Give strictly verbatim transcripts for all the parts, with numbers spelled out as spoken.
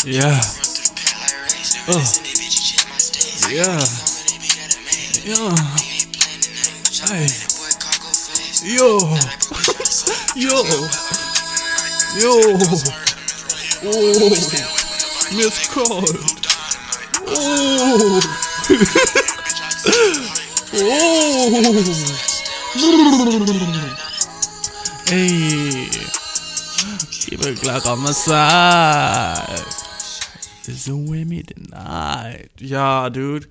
Ja. Oh. Ja. Ja. Hey. Yo. Yo. Yo. Oh. Mir ist kalt. Oh. Oh. Ey. Give a Clara Massage. So with me tonight. Ja, dude.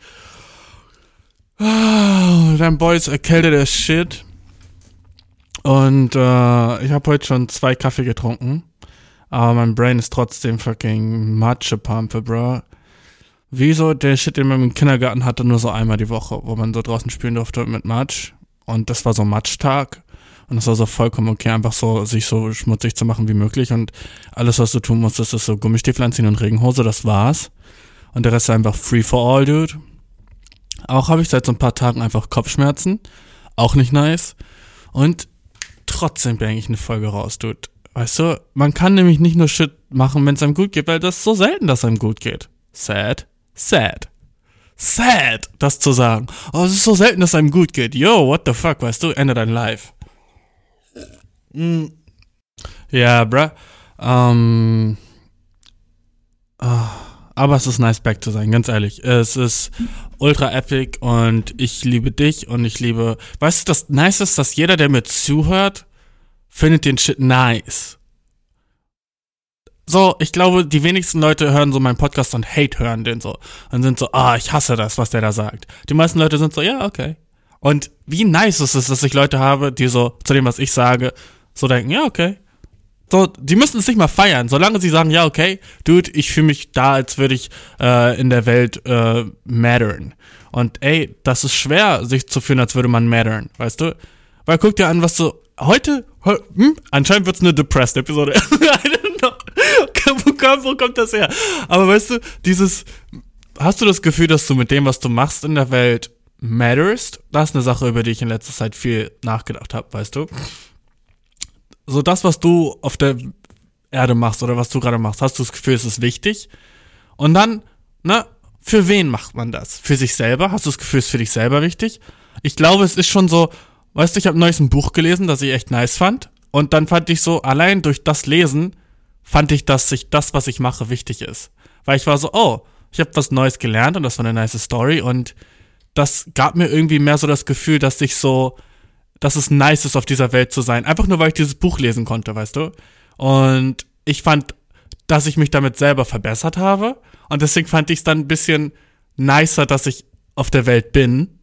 Dein Boy ist erkältet as shit. Und äh, ich habe heute schon zwei Kaffee getrunken. Aber mein Brain ist trotzdem fucking Matschepampe, bro. Wieso? Der Shit, den man im Kindergarten hatte, nur so einmal die Woche, wo man so draußen spielen durfte mit Matsch. Und das war so Matschtag. Und das war so vollkommen okay, einfach so sich so schmutzig zu machen wie möglich. Und alles, was du tun musstest, ist so Gummistiefel anziehen und Regenhose, das war's. Und der Rest ist einfach free for all, dude. Auch habe ich seit so ein paar Tagen einfach Kopfschmerzen. Auch nicht nice. Und trotzdem bringe ich eine Folge raus, dude. Weißt du, man kann nämlich nicht nur Shit machen, wenn es einem gut geht, weil das ist so selten, dass es einem gut geht. Sad. Sad. Sad, das zu sagen. Oh, es ist so selten, dass es einem gut geht. Yo, what the fuck, weißt du, Ende dein Life. Mm. Ja, bruh. Ähm. Oh. Aber es ist nice, back zu sein, ganz ehrlich. Es ist ultra epic und ich liebe dich und ich liebe... Weißt du, das Nice ist, dass jeder, der mir zuhört, findet den Shit nice. So, ich glaube, die wenigsten Leute hören so meinen Podcast und hate hören den so. Und sind so, ah, ich hasse das, was der da sagt. Die meisten Leute sind so, ja, okay. Und wie nice ist es, dass ich Leute habe, die so zu dem, was ich sage, so denken, ja, okay. So, die müssen es nicht mal feiern, solange sie sagen, ja, okay, dude, ich fühle mich da, als würde ich äh, in der Welt äh, mattern. Und ey, das ist schwer, sich zu fühlen, als würde man mattern, weißt du? Weil guck dir an, was so, heute, he, hm, anscheinend wird's eine Depressed-Episode. I don't know. Wo kommt, wo kommt das her? Aber weißt du, dieses, hast du das Gefühl, dass du mit dem, was du machst in der Welt, matterst? Das ist eine Sache, über die ich in letzter Zeit viel nachgedacht habe, weißt du? So das, was du auf der Erde machst oder was du gerade machst, hast du das Gefühl, es ist wichtig? Und dann, ne, für wen macht man das? Für sich selber? Hast du das Gefühl, es ist für dich selber wichtig? Ich glaube, es ist schon so, weißt du, ich habe neulich ein Buch gelesen, das ich echt nice fand. Und dann fand ich so, allein durch das Lesen, fand ich, dass sich das, was ich mache, wichtig ist. Weil ich war so, oh, ich habe was Neues gelernt und das war eine nice Story. Und das gab mir irgendwie mehr so das Gefühl, dass ich so... dass es nice ist, auf dieser Welt zu sein. Einfach nur, weil ich dieses Buch lesen konnte, weißt du? Und ich fand, dass ich mich damit selber verbessert habe. Und deswegen fand ich es dann ein bisschen nicer, dass ich auf der Welt bin.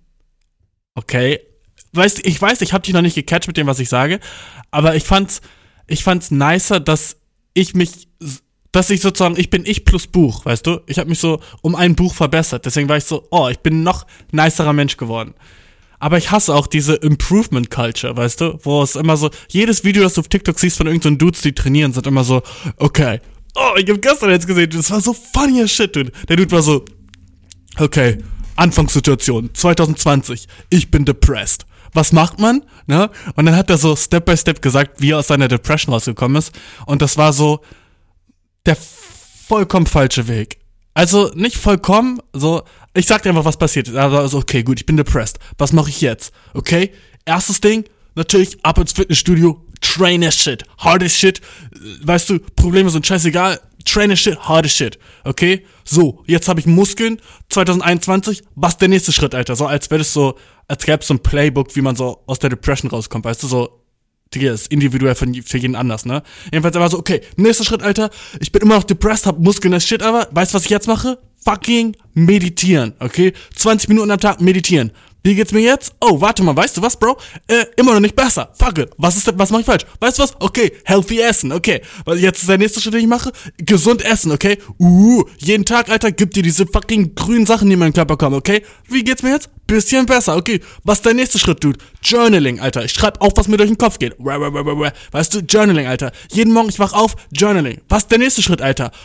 Okay? Weißt, ich weiß, ich habe dich noch nicht gecatcht mit dem, was ich sage. Aber ich fand's, ich fand's nicer, dass ich mich, dass ich sozusagen, ich bin ich plus Buch, weißt du? Ich habe mich so um ein Buch verbessert. Deswegen war ich so, oh, ich bin ein noch nicerer Mensch geworden. Aber ich hasse auch diese Improvement-Culture, weißt du? Wo es immer so, jedes Video, das du auf TikTok siehst von irgendeinen Dudes, die trainieren, sind immer so, okay, oh, ich hab gestern jetzt gesehen, das war so funny as shit, dude. Der Dude war so, okay, Anfangssituation, zwanzig zwanzig, ich bin depressed. Was macht man? Ne? Und dann hat er so Step by Step gesagt, wie er aus seiner Depression rausgekommen ist. Und das war so der vollkommen falsche Weg. Also nicht vollkommen, so, ich sag dir einfach, was passiert. Also, okay, gut, ich bin depressed. Was mache ich jetzt? Okay, erstes Ding, natürlich ab ins Fitnessstudio, train as shit, hard as shit. Weißt du, Probleme sind scheißegal, train as shit, hard as shit. Okay, so, jetzt habe ich Muskeln, zwanzig einundzwanzig, was ist der nächste Schritt, Alter? So, als wäre das so, als gäbe es so ein Playbook, wie man so aus der Depression rauskommt, weißt du, so, Digga, ist individuell für, für jeden anders, ne? Jedenfalls er war so, okay, nächster Schritt, Alter, ich bin immer noch depressed, hab Muskeln as shit, aber weißt du, was ich jetzt mache? Fucking meditieren, okay? zwanzig Minuten am Tag meditieren. Wie geht's mir jetzt? Oh, warte mal, weißt du was, Bro? Äh, immer noch nicht besser. Fuck it. Was ist denn, was mache ich falsch? Weißt du was? Okay, healthy essen, okay. Weil jetzt ist der nächste Schritt, den ich mache. Gesund essen, okay? Uh, jeden Tag, Alter, gib dir diese fucking grünen Sachen, die in meinen Körper kommen, okay? Wie geht's mir jetzt? Bisschen besser, okay. Was ist der nächste Schritt, Dude? Journaling, Alter. Ich schreib auf, was mir durch den Kopf geht. Weißt du, Journaling, Alter. Jeden Morgen, ich wach auf, Journaling. Was ist der nächste Schritt, Alter?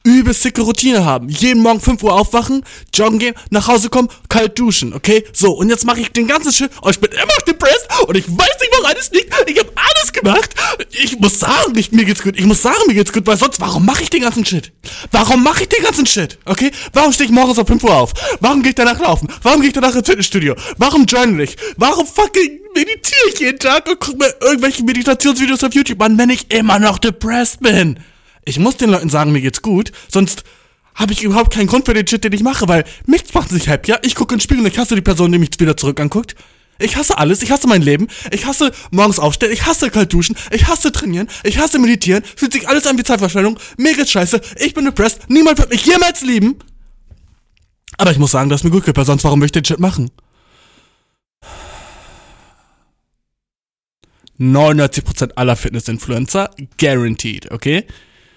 übel sicke Routine haben. Jeden Morgen fünf Uhr aufwachen, joggen gehen, nach Hause kommen, kalt duschen, okay? So, und jetzt mache ich den ganzen Shit und ich bin immer noch depressed und ich weiß nicht, woran es liegt. Ich habe alles gemacht. Ich muss sagen, nicht mir geht's gut. Ich muss sagen, mir geht's gut, weil sonst, warum mache ich den ganzen Shit? Warum mache ich den ganzen Shit, okay? Warum stehe ich morgens um fünf Uhr auf? Warum gehe ich danach laufen? Warum gehe ich danach ins Fitnessstudio? Warum journal ich? Warum fucking meditiere ich jeden Tag und gucke mir irgendwelche Meditationsvideos auf YouTube an, wenn ich immer noch depressed bin? Ich muss den Leuten sagen, mir geht's gut, sonst habe ich überhaupt keinen Grund für den Shit, den ich mache, weil mich macht sich happy, ja? Ich gucke in den Spiegel und ich hasse die Person, die mich wieder zurück anguckt. Ich hasse alles, ich hasse mein Leben, ich hasse morgens aufstehen, ich hasse kalt duschen, ich hasse trainieren, ich hasse meditieren, fühlt sich alles an wie Zeitverschwendung, mir geht's scheiße, ich bin depressed, niemand wird mich jemals lieben. Aber ich muss sagen, dass mir gut geht, weil sonst warum will ich den Shit machen? neunundneunzig Prozent aller Fitness-Influencer, guaranteed, okay?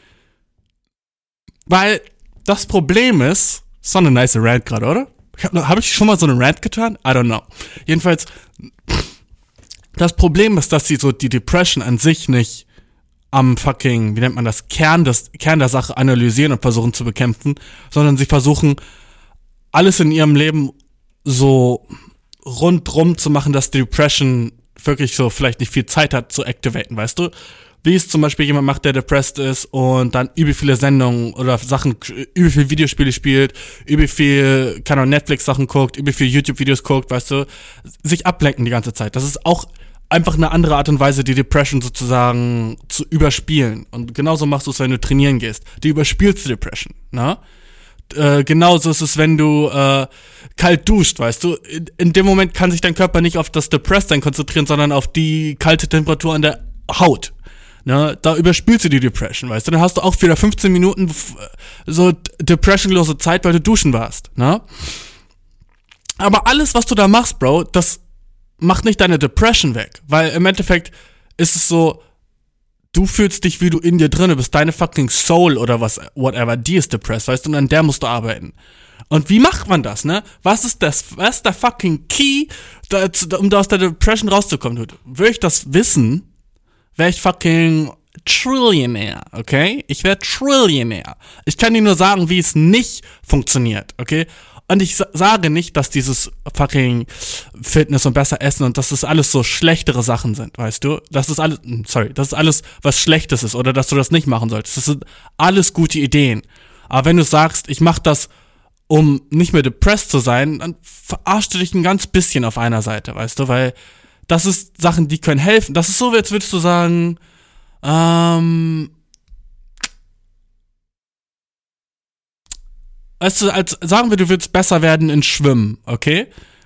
Weil das Problem ist, ist doch eine nice Rant gerade, oder? Habe hab ich schon mal so einen Rant getan? I don't know. Jedenfalls, das Problem ist, dass sie so die Depression an sich nicht am fucking, wie nennt man das, Kern des Kern der Sache analysieren und versuchen zu bekämpfen, sondern sie versuchen, alles in ihrem Leben so rundrum zu machen, dass die Depression wirklich so vielleicht nicht viel Zeit hat zu activaten, weißt du? Wie es zum Beispiel jemand macht, der depressed ist und dann übel viele Sendungen oder Sachen, übel viel Videospiele spielt, übel viel, keine Ahnung, Netflix-Sachen guckt, übel viel YouTube-Videos guckt, weißt du, sich ablenken die ganze Zeit. Das ist auch einfach eine andere Art und Weise, die Depression sozusagen zu überspielen. Und genauso machst du es, wenn du trainieren gehst. Du überspielst die Depression, ne? Äh, genauso ist es, wenn du äh, kalt duscht, weißt du. In, in dem Moment kann sich dein Körper nicht auf das Depressedsein konzentrieren, sondern auf die kalte Temperatur an der Haut. Ne, da überspielst du die Depression, weißt du, dann hast du auch wieder fünfzehn Minuten so depressionlose Zeit, weil du duschen warst, ne? Aber alles, was du da machst, Bro, das macht nicht deine Depression weg, weil im Endeffekt ist es so, du fühlst dich, wie du in dir drinne bist, deine fucking Soul oder was, whatever, die ist depressed, weißt du, und an der musst du arbeiten. Und wie macht man das, ne? Was ist das, was ist der fucking Key, da, um da aus der Depression rauszukommen, dude? Will ich das wissen, wäre ich fucking Trillionär, okay? Ich wäre Trillionär. Ich kann dir nur sagen, wie es nicht funktioniert, okay? Und ich sa- sage nicht, dass dieses fucking Fitness und besser essen und dass das alles so schlechtere Sachen sind, weißt du? Das ist alles, sorry, das ist alles was Schlechtes ist oder dass du das nicht machen solltest. Das sind alles gute Ideen. Aber wenn du sagst, ich mach das, um nicht mehr depressed zu sein, dann verarschst du dich ein ganz bisschen auf einer Seite, weißt du? Weil das ist Sachen, die können helfen. Das ist so, als würdest du sagen, ähm, weißt du, als sagen wir, du willst besser werden in Schwimmen, okay?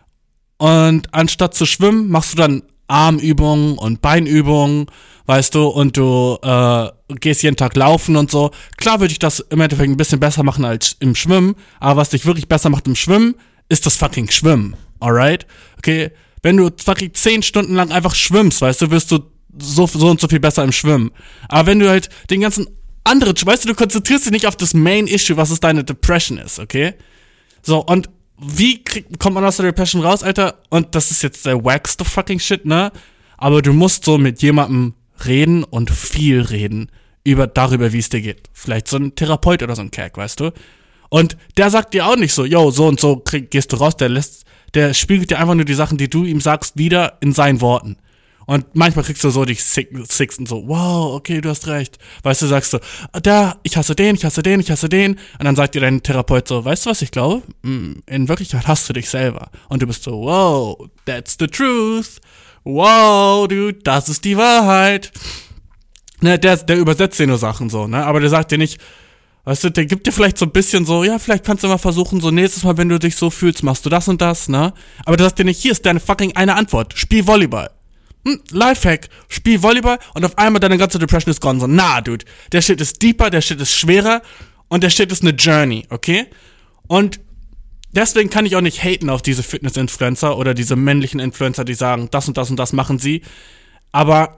Und anstatt zu schwimmen, machst du dann Armübungen und Beinübungen, weißt du, und du äh, gehst jeden Tag laufen und so. Klar würde ich das im Endeffekt ein bisschen besser machen als im Schwimmen, aber was dich wirklich besser macht im Schwimmen, ist das fucking Schwimmen, alright? Okay? Wenn du fucking zehn Stunden lang einfach schwimmst, weißt du, wirst du so, so und so viel besser im Schwimmen. Aber wenn du halt den ganzen anderen, weißt du, du konzentrierst dich nicht auf das Main Issue, was es deine Depression ist, okay? So, und wie krieg, kommt man aus der Depression raus, Alter? Und das ist jetzt der wackste fucking Shit, ne? Aber du musst so mit jemandem reden und viel reden über, darüber, wie es dir geht. Vielleicht so ein Therapeut oder so ein Kerk, weißt du? Und der sagt dir auch nicht so, yo, so und so krieg, gehst du raus, der lässt, der spiegelt dir einfach nur die Sachen, die du ihm sagst, wieder in seinen Worten. Und manchmal kriegst du so dich six und so, wow, okay, du hast recht. Weißt du, sagst du, da, ich hasse den, ich hasse den, ich hasse den. Und dann sagt dir dein Therapeut so, weißt du, was ich glaube? In Wirklichkeit hasst du dich selber. Und du bist so, wow, that's the truth. Wow, dude, das ist die Wahrheit. Ne, der, der übersetzt dir nur Sachen so, ne? Aber der sagt dir nicht, weißt du, der gibt dir vielleicht so ein bisschen so, ja, vielleicht kannst du mal versuchen, so nächstes Mal, wenn du dich so fühlst, machst du das und das, ne? Aber der sagt dir nicht, hier ist deine fucking eine Antwort, spiel Volleyball. Hm, Lifehack, spiel Volleyball und auf einmal deine ganze Depression ist gone. So, nah, dude, der Shit ist deeper, der Shit ist schwerer und der Shit ist eine Journey, okay? Und deswegen kann ich auch nicht haten auf diese Fitness-Influencer oder diese männlichen Influencer, die sagen, das und das und das machen sie. Aber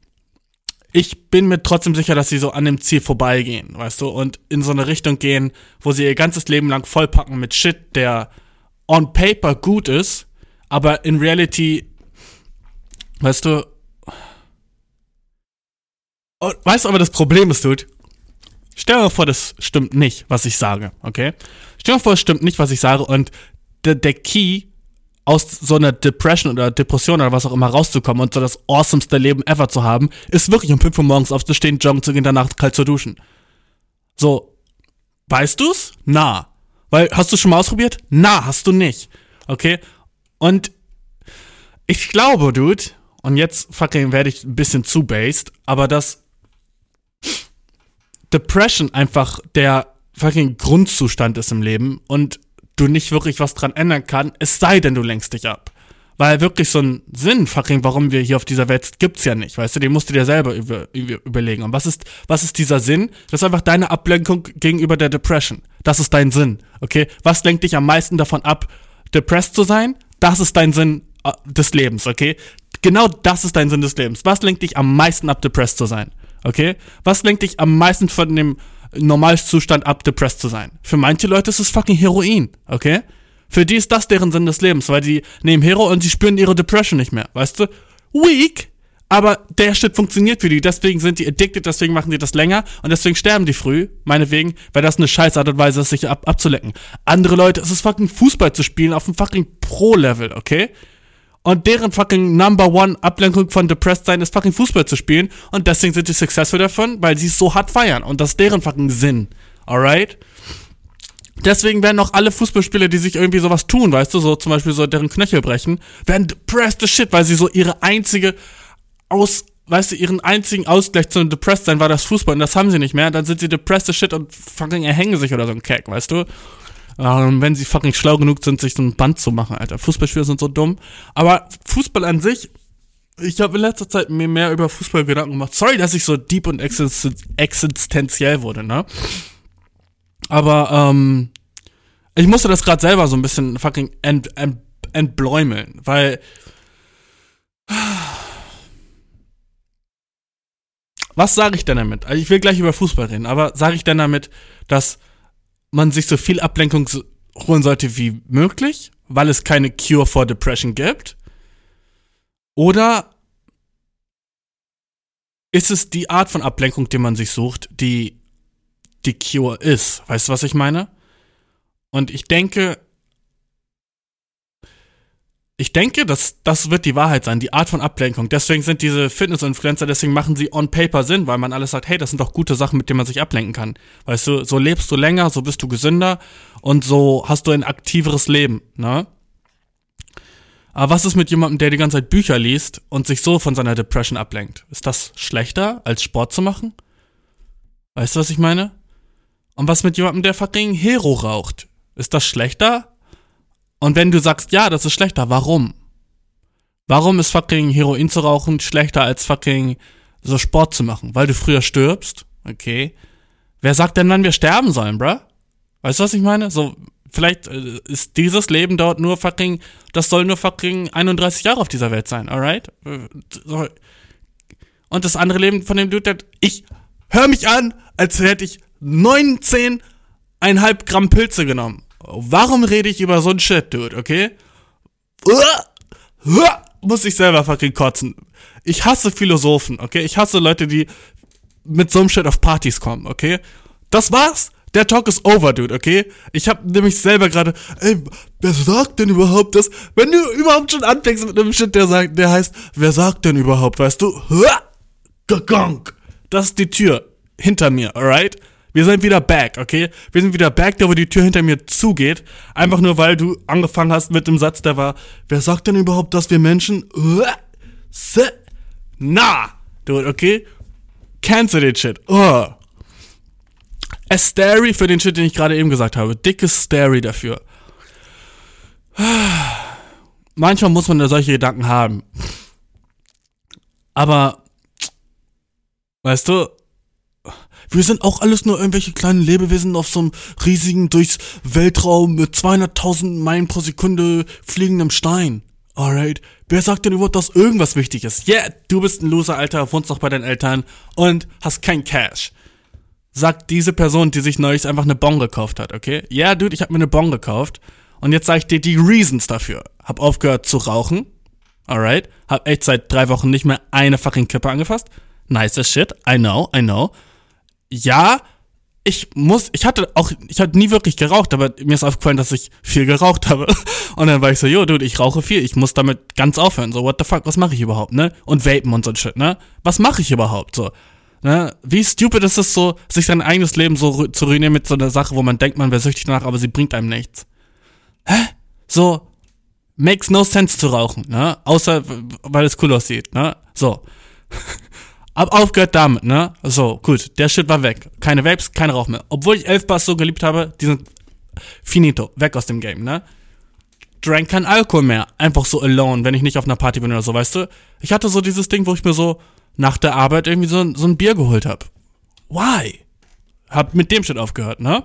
ich bin mir trotzdem sicher, dass sie so an dem Ziel vorbeigehen, weißt du? Und in so eine Richtung gehen, wo sie ihr ganzes Leben lang vollpacken mit Shit, der on paper gut ist, aber in Reality, weißt du, und, weißt du, aber das Problem ist, dude, Stell dir mal vor, das stimmt nicht, was ich sage, okay? Stell dir mal vor, es stimmt nicht, was ich sage und der, der Key, aus so einer Depression oder Depression oder was auch immer rauszukommen und so das awesomeste Leben ever zu haben, ist wirklich um fünf Uhr morgens aufzustehen, joggen zu gehen, danach kalt zu duschen. So, weißt du's? Na. Weil, hast du schon mal ausprobiert? Na, hast du nicht. Okay? Und ich glaube, Dude, und jetzt fucking werde ich ein bisschen zu based, aber dass Depression einfach der fucking Grundzustand ist im Leben und du nicht wirklich was dran ändern kannst, es sei denn, du lenkst dich ab. Weil wirklich so einen Sinn, fucking, warum wir hier auf dieser Welt sind, gibt's ja nicht, weißt du, den musst du dir selber über, über, überlegen. Und was ist, was ist dieser Sinn? Das ist einfach deine Ablenkung gegenüber der Depression. Das ist dein Sinn, okay? Was lenkt dich am meisten davon ab, depressed zu sein? Das ist dein Sinn äh, des Lebens, okay? Genau das ist dein Sinn des Lebens. Was lenkt dich am meisten ab, depressed zu sein, okay? Was lenkt dich am meisten von dem Normalzustand ab, depressed zu sein? Für manche Leute ist es fucking Heroin, okay? Für die ist das deren Sinn des Lebens, weil die nehmen Hero und sie spüren ihre Depression nicht mehr, weißt du? Weak, aber der Shit funktioniert für die, deswegen sind die addicted, deswegen machen die das länger und deswegen sterben die früh, meinetwegen, weil das eine scheiß Art und Weise ist, sich ab, abzulecken. Andere Leute, es ist fucking Fußball zu spielen auf einem fucking Pro-Level, okay? Und deren fucking Number One Ablenkung von Depressed sein ist fucking Fußball zu spielen und deswegen sind die successful davon, weil sie es so hart feiern und das ist deren fucking Sinn, alright? Deswegen werden auch alle Fußballspieler, die sich irgendwie sowas tun, weißt du, so zum Beispiel so deren Knöchel brechen, werden depressed as shit, weil sie so ihre einzige Aus, weißt du, ihren einzigen Ausgleich zum Depressed sein war das Fußball und das haben sie nicht mehr, dann sind sie depressed as shit und fucking erhängen sich oder so ein Keck, weißt du? Ähm, wenn sie fucking schlau genug sind, sich so ein Band zu machen, Alter. Fußballspieler sind so dumm. Aber Fußball an sich, ich habe in letzter Zeit mir mehr über Fußball Gedanken gemacht. Sorry, dass ich so deep und existenziell wurde, ne? Aber, ähm, ich musste das gerade selber so ein bisschen fucking ent, ent, entbläumeln, weil was sage ich denn damit? Also ich will gleich über Fußball reden, aber sage ich denn damit, dass man sich so viel Ablenkung holen sollte wie möglich, weil es keine Cure for Depression gibt? Oder ist es die Art von Ablenkung, die man sich sucht, die die Cure ist? Weißt du, was ich meine? Und ich denke, ich denke, dass das wird die Wahrheit sein, die Art von Ablenkung. Deswegen sind diese Fitness-Influencer, deswegen machen sie on paper Sinn, weil man alles sagt, hey, das sind doch gute Sachen, mit denen man sich ablenken kann. Weißt du, so lebst du länger, so bist du gesünder und so hast du ein aktiveres Leben, ne? Aber was ist mit jemandem, der die ganze Zeit Bücher liest und sich so von seiner Depression ablenkt? Ist das schlechter, als Sport zu machen? Weißt du, was ich meine? Und was mit jemandem, der fucking Hero raucht? Ist das schlechter? Und wenn du sagst, ja, das ist schlechter, warum? Warum ist fucking Heroin zu rauchen schlechter als fucking so Sport zu machen? Weil du früher stirbst? Okay. Wer sagt denn, wann wir sterben sollen, bruh? Weißt du, was ich meine? So, vielleicht äh, ist dieses Leben dort nur fucking, das soll nur fucking einunddreißig Jahre auf dieser Welt sein, alright? Und das andere Leben von dem Dude, der, ich hör mich an, als hätte ich neunzehn Komma fünf Gramm Pilze genommen. Warum rede ich über so ein Shit, Dude, okay? Muss ich selber fucking kotzen. Ich hasse Philosophen, okay? Ich hasse Leute, die mit so einem Shit auf Partys kommen, okay? Das war's. Der Talk ist over, Dude, okay? Ich hab nämlich selber gerade, ey, wer sagt denn überhaupt das? Wenn du überhaupt schon anfängst mit einem Shit, der sagt, der heißt, wer sagt denn überhaupt, weißt du? Gagonk. Das ist die Tür hinter mir, alright? Wir sind wieder back, okay? Wir sind wieder back, da wo die Tür hinter mir zugeht. Einfach nur, weil du angefangen hast mit dem Satz, der war, wer sagt denn überhaupt, dass wir Menschen... Na, dude, okay? Cancel den Shit. Oh. Asteri für den Shit, den ich gerade eben gesagt habe. Dickes Stary dafür. Manchmal muss man da solche Gedanken haben. Aber, weißt du, wir sind auch alles nur irgendwelche kleinen Lebewesen auf so einem riesigen, durchs Weltraum mit zweihunderttausend Meilen pro Sekunde fliegendem Stein. Alright? Wer sagt denn überhaupt, dass irgendwas wichtig ist? Yeah, du bist ein Loser, Alter, wohnst noch bei deinen Eltern und hast kein Cash. Sagt diese Person, die sich neulich einfach eine Bon gekauft hat, okay? Ja, yeah, Dude, ich hab mir eine Bon gekauft und jetzt sag ich dir die Reasons dafür. Hab aufgehört zu rauchen. Alright? Hab echt seit drei Wochen nicht mehr eine fucking Kippe angefasst. Nice as shit. I know, I know. Ja, ich muss, ich hatte auch, ich hatte nie wirklich geraucht, aber mir ist aufgefallen, dass ich viel geraucht habe. Und dann war ich so, yo, dude, ich rauche viel, ich muss damit ganz aufhören. So, what the fuck, was mache ich überhaupt, ne? Und vapen und so ein Shit, ne? Was mache ich überhaupt, so? Ne? Wie stupid ist es so, sich sein eigenes Leben so ru- zu ruinieren mit so einer Sache, wo man denkt, man wäre süchtig danach, aber sie bringt einem nichts. Hä? So, makes no sense zu rauchen, ne? Außer, weil es cool aussieht, ne? So. Hab aufgehört damit, ne? So, gut, der Shit war weg. Keine Vapes, kein Rauch mehr. Obwohl ich elf Bars so geliebt habe, die sind finito, weg aus dem Game, ne? Drank kein Alkohol mehr, einfach so alone, wenn ich nicht auf einer Party bin oder so, weißt du? Ich hatte so dieses Ding, wo ich mir so nach der Arbeit irgendwie so, so ein Bier geholt hab. Why? Hab mit dem Shit aufgehört, ne?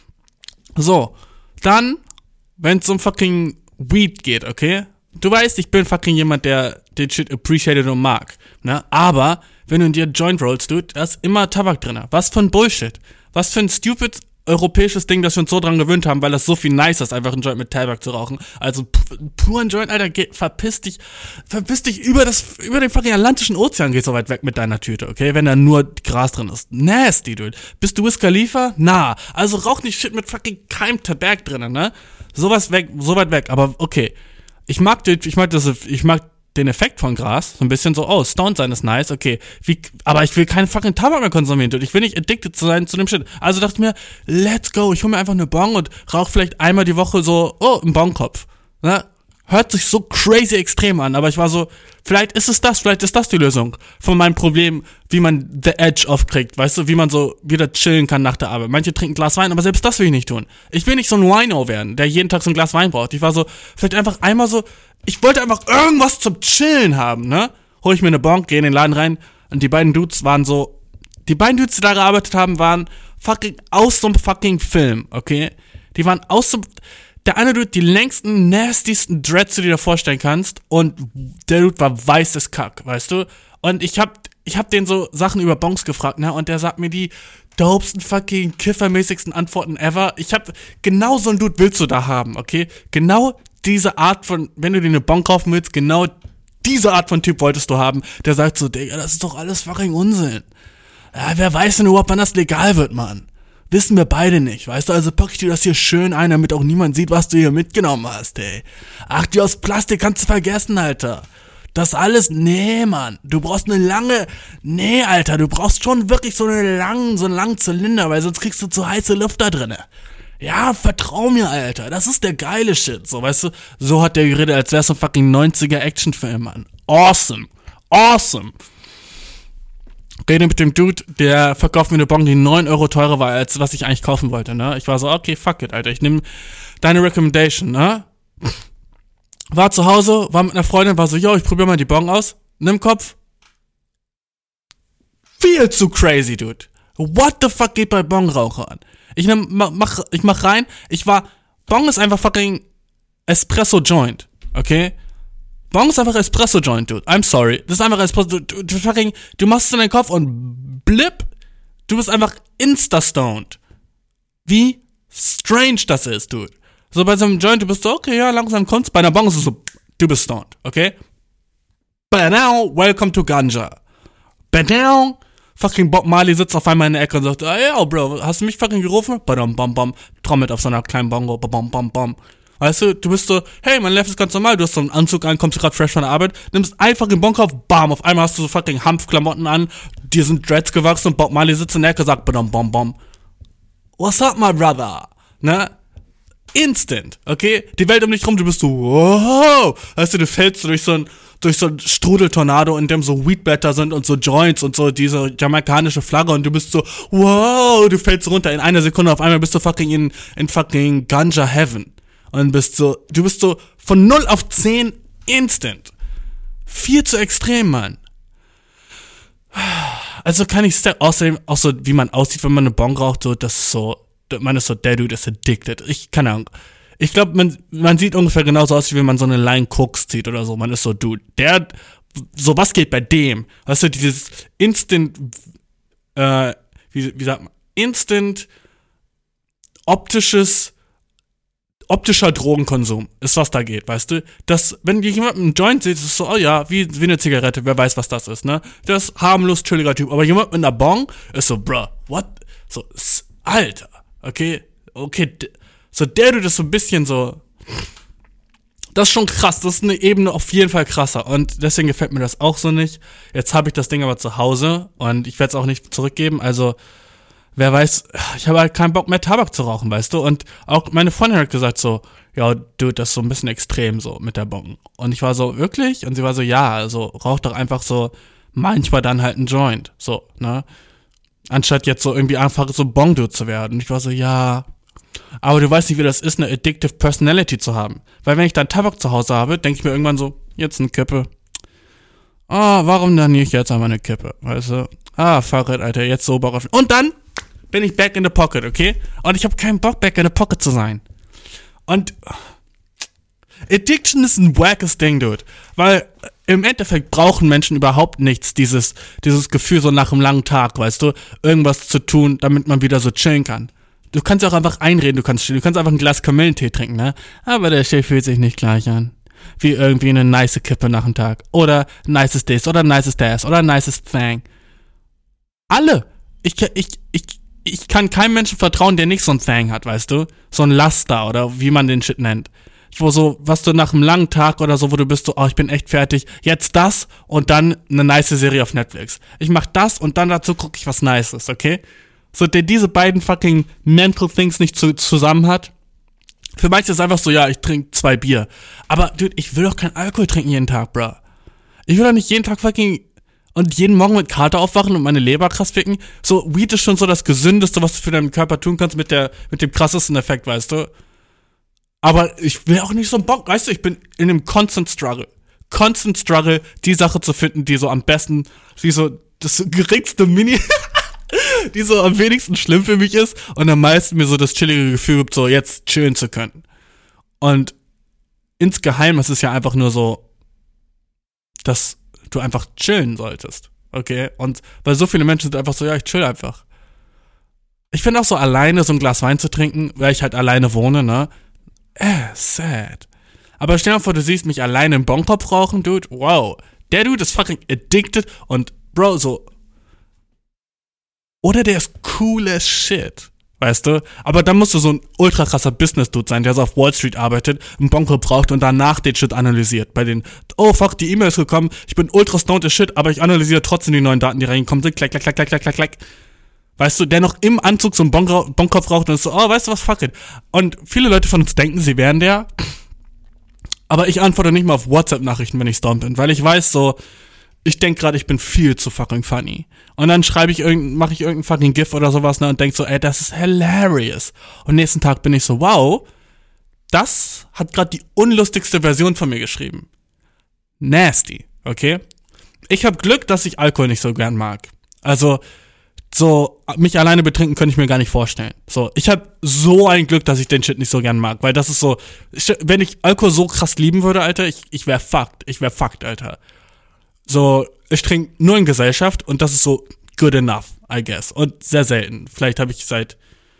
So, dann, wenn's um fucking Weed geht, okay? Du weißt, ich bin fucking jemand, der den Shit appreciated und mag, ne? Aber wenn du in dir Joint rollst, dude, da ist immer Tabak drin. Was für ein Bullshit. Was für ein stupid europäisches Ding, dass wir uns so dran gewöhnt haben, weil das so viel nicer ist, einfach einen Joint mit Tabak zu rauchen. Also p- puren Joint, Alter, geh, verpiss dich, verpiss dich über das, über den fucking Atlantischen Ozean, geh so weit weg mit deiner Tüte, okay? Wenn da nur Gras drin ist. Nasty, dude. Bist du Wiz Khalifa? Na. Also rauch nicht Shit mit fucking keinem Tabak drin, ne? Sowas weg, so weit weg, aber okay. Ich mag den, ich mag das, ich mag den Effekt von Gras, so ein bisschen so, oh, stoned sein ist nice, okay, wie, aber ich will keinen fucking Tabak mehr konsumieren, dude. Ich will nicht addicted zu sein zu dem Shit. Also dachte ich mir, let's go, ich hol mir einfach eine Bong und rauch vielleicht einmal die Woche so, oh, einen Bongkopf, ne? Hört sich so crazy extrem an, aber ich war so, vielleicht ist es das, vielleicht ist das die Lösung von meinem Problem, wie man the edge aufkriegt, weißt du, wie man so wieder chillen kann nach der Arbeit. Manche trinken ein Glas Wein, aber selbst das will ich nicht tun. Ich will nicht so ein Wino werden, der jeden Tag so ein Glas Wein braucht. Ich war so, vielleicht einfach einmal so, ich wollte einfach irgendwas zum Chillen haben, ne? Hol ich mir eine Bonk, geh in den Laden rein und die beiden Dudes waren so, die beiden Dudes, die da gearbeitet haben, waren fucking aus so einem fucking Film, okay? Die waren aus so, der eine Dude, die längsten, nastysten Dreads, die du dir vorstellen kannst, und der Dude war weißes Kack, weißt du? Und ich hab, ich hab den so Sachen über Bonks gefragt, ne? Und der sagt mir die dopesten fucking kiffermäßigsten Antworten ever. Ich hab, genau so einen Dude willst du da haben, okay? Genau diese Art von, wenn du dir eine Bonk kaufen willst, genau diese Art von Typ wolltest du haben, der sagt so, Digga, das ist doch alles fucking Unsinn. Ja, wer weiß denn überhaupt, wann das legal wird, Mann? Wissen wir beide nicht, weißt du, also pack ich dir das hier schön ein, damit auch niemand sieht, was du hier mitgenommen hast, ey. Ach, die aus Plastik kannst du vergessen, Alter. Das alles, nee, Mann, du brauchst eine lange, nee, Alter, du brauchst schon wirklich so einen langen, so einen langen Zylinder, weil sonst kriegst du zu heiße Luft da drinne. Ja, vertrau mir, Alter, das ist der geile Shit, so, weißt du, so hat der geredet, als wär's so ein fucking neunziger Actionfilm, Mann. Awesome, awesome. Rede mit dem Dude, der verkauft mir eine Bong, die neun Euro teurer war, als was ich eigentlich kaufen wollte, ne? Ich war so, okay, fuck it, Alter, ich nehme deine Recommendation, ne? War zu Hause, war mit einer Freundin, war so, yo, ich probier mal die Bong aus. Nimm Kopf. Viel zu crazy, dude. What the fuck geht bei Bongrauchern? Ich nehm, mach, ich mach rein, ich war, Bong ist einfach fucking Espresso Joint, okay? Bong ist einfach Espresso Joint, dude. I'm sorry. Das ist einfach Espresso, du, du, du fucking, du machst es in deinen Kopf und blip, du bist einfach insta-stoned. Wie strange das ist, dude. So bei so einem Joint, du bist so, okay, ja, langsam kommt's. Bei einer Bong ist es so, du bist stoned, okay? But now, welcome to Ganja. But now, fucking Bob Marley sitzt auf einmal in der Ecke und sagt, ah ja, Bro, hast du mich fucking gerufen? Badam, bam, bam, trommelt auf so einer kleinen Bongo, bam, bam, bam. Weißt du, du bist so, hey, mein Leben ist ganz normal, du hast so einen Anzug an, kommst du gerade fresh von der Arbeit, nimmst einfach den Bonk auf, bam, auf einmal hast du so fucking Hanfklamotten an, dir sind Dreads gewachsen und Bob Marley sitzt in der Ecke und sagt, badam, bam, bam. What's up, my brother? Ne? Instant, okay? Die Welt um dich rum, du bist so, wow! Weißt du, du fällst durch so ein, durch so ein Strudeltornado, in dem so Weedblätter sind und so Joints und so diese jamaikanische Flagge und du bist so, wow! Du fällst runter in einer Sekunde, auf einmal bist du fucking in, in fucking Ganja Heaven. Und bist so, du bist so von null auf zehn instant. Viel zu extrem, Mann. Also kann ich außerdem auch so, wie man aussieht, wenn man eine Bong raucht, so, das ist so, man ist so, der Dude ist addicted. Ich, keine Ahnung. Ich glaube, man, man sieht ungefähr genauso aus, wie wenn man so eine Line Cokes zieht oder so. Man ist so, Dude, der, so, was geht bei dem? Weißt du, dieses instant, äh, wie, wie sagt man, instant optisches, optischer Drogenkonsum ist, was da geht, weißt du? Das, wenn jemand einen Joint sieht, ist es so, oh ja, wie, wie eine Zigarette, wer weiß, was das ist, ne? Das ist harmlos, chilliger Typ. Aber jemand mit einer Bong ist so, bruh, what? So, Alter, okay, okay, d- so der Dude ist so ein bisschen so, das ist schon krass, das ist eine Ebene auf jeden Fall krasser und deswegen gefällt mir das auch so nicht. Jetzt habe ich das Ding aber zu Hause und ich werde es auch nicht zurückgeben, also wer weiß, ich habe halt keinen Bock mehr Tabak zu rauchen, weißt du, und auch meine Freundin hat gesagt so, ja, Dude, das ist so ein bisschen extrem so mit der Bong. Und ich war so, wirklich? Und sie war so, ja, also rauch doch einfach so manchmal dann halt ein Joint, so, ne, anstatt jetzt so irgendwie einfach so Bong-Dude zu werden. Und ich war so, ja, aber du weißt nicht, wie das ist, eine addictive Personality zu haben. Weil wenn ich dann Tabak zu Hause habe, denke ich mir irgendwann so, jetzt eine Kippe. Ah, oh, warum dann nicht jetzt einmal eine Kippe, weißt du? Ah, fuck it, Alter, jetzt so Bock auf. Und dann bin ich back in the pocket, okay? Und ich habe keinen Bock, back in the pocket zu sein. Und Addiction ist ein wackes Ding, Dude. Weil im Endeffekt brauchen Menschen überhaupt nichts, dieses, dieses Gefühl so nach einem langen Tag, weißt du? Irgendwas zu tun, damit man wieder so chillen kann. Du kannst auch einfach einreden, du kannst chillen, du kannst einfach ein Glas Kamillentee trinken, ne? Aber der Shit fühlt sich nicht gleich an. Wie irgendwie eine nice Kippe nach dem Tag. Oder nices this, oder nices das, oder nices thing. Alle. Ich, ich, ich, ich kann keinem Menschen vertrauen, der nicht so ein Thing hat, weißt du? So ein Laster, oder wie man den Shit nennt. Wo so, was du nach einem langen Tag oder so, wo du bist so, oh, ich bin echt fertig, jetzt das und dann eine nice Serie auf Netflix. Ich mach das und dann dazu gucke ich was Nices, okay? So, der diese beiden fucking Mental Things nicht zu, zusammen hat. Für manche ist es einfach so, ja, ich trinke zwei Bier. Aber, dude, ich will doch keinen Alkohol trinken jeden Tag, bro. Ich will doch nicht jeden Tag fucking und jeden Morgen mit Kater aufwachen und meine Leber krass ficken. So, Weed ist schon so das Gesündeste, was du für deinen Körper tun kannst mit der, mit dem krassesten Effekt, weißt du? Aber ich will auch nicht so einen Bock, weißt du, ich bin in einem Constant Struggle. Constant Struggle, die Sache zu finden, die so am besten, die so das geringste Mini, die so am wenigsten schlimm für mich ist und am meisten mir so das chillige Gefühl gibt, so jetzt chillen zu können. Und insgeheim ist es ja einfach nur so, dass du einfach chillen solltest, okay? Und weil so viele Menschen sind einfach so, ja, ich chill einfach. Ich finde auch so alleine so ein Glas Wein zu trinken, weil ich halt alleine wohne, ne? Äh, sad. Aber stell dir vor, du siehst mich alleine im Bonkopf rauchen, Dude. Wow. Der Dude ist fucking addicted und, Bro, so. Oder der ist cool as shit. Weißt du? Aber dann musst du so ein ultra krasser Business-Dude sein, der so auf Wall Street arbeitet, einen Bonkopf braucht und danach den Shit analysiert. Bei den, oh fuck, die E-Mail ist gekommen, ich bin ultra stoned as shit, aber ich analysiere trotzdem die neuen Daten, die reingekommen sind. Klack, klack, klack, klack, klack, klack, klack. Weißt du, der noch im Anzug so einen Bon- Bonkopf raucht und ist so, oh, weißt du was, fuck it. Und viele Leute von uns denken, sie wären der. Aber ich antworte nicht mal auf WhatsApp-Nachrichten, wenn ich stoned bin, weil ich weiß so, ich denk gerade, ich bin viel zu fucking funny. Und dann schreibe ich irgendein, mache ich irgendein fucking GIF oder sowas, ne, und denk so, ey, das ist hilarious. Und nächsten Tag bin ich so, wow, das hat gerade die unlustigste Version von mir geschrieben. Nasty, okay? Ich habe Glück, dass ich Alkohol nicht so gern mag. Also, so, mich alleine betrinken könnte ich mir gar nicht vorstellen. So, ich habe so ein Glück, dass ich den Shit nicht so gern mag, weil das ist so, wenn ich Alkohol so krass lieben würde, Alter, ich, ich wär fucked, ich wär fucked, Alter. So, ich trinke nur in Gesellschaft und das ist so good enough, I guess. Und sehr selten. Vielleicht habe ich seit,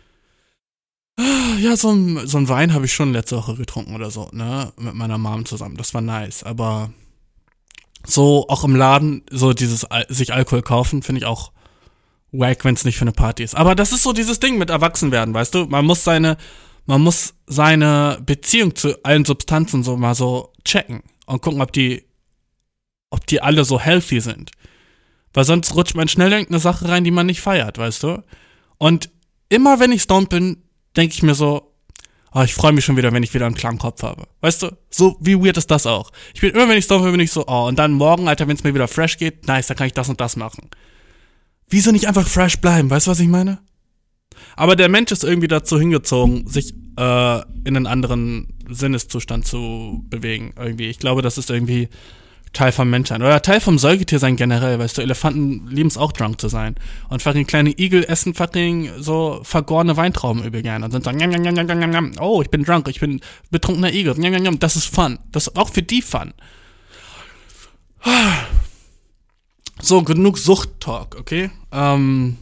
ja, so ein, so ein Wein habe ich schon letzte Woche getrunken oder so, ne, mit meiner Mom zusammen. Das war nice, aber so auch im Laden, so dieses sich Alkohol kaufen, finde ich auch wack, wenn es nicht für eine Party ist. Aber das ist so dieses Ding mit Erwachsenwerden, weißt du? Man muss seine, man muss seine Beziehung zu allen Substanzen so mal so checken und gucken, ob die, ob die alle so healthy sind. Weil sonst rutscht man schnell irgendeine Sache rein, die man nicht feiert, weißt du? Und immer wenn ich stoned bin, denke ich mir so, oh, ich freue mich schon wieder, wenn ich wieder einen klaren Kopf habe. Weißt du? So wie weird ist das auch? Ich bin immer, wenn ich stoned bin, bin ich so, oh, und dann morgen, Alter, wenn es mir wieder fresh geht, nice, dann kann ich das und das machen. Wieso nicht einfach fresh bleiben? Weißt du, was ich meine? Aber der Mensch ist irgendwie dazu hingezogen, sich äh, in einen anderen Sinneszustand zu bewegen. Irgendwie. Ich glaube, das ist irgendwie Teil vom Menschsein. Oder Teil vom Säugetiersein generell. Weißt du, Elefanten lieben es auch, drunk zu sein. Und fucking kleine Igel essen fucking so vergorene Weintrauben übel gerne. Und sind so, njam, njam, njam, njam, njam. Oh, ich bin drunk, ich bin betrunkener Igel. Njam, njam, njam. Das ist fun. Das ist auch für die fun. So, genug Sucht-Talk, okay? Ähm.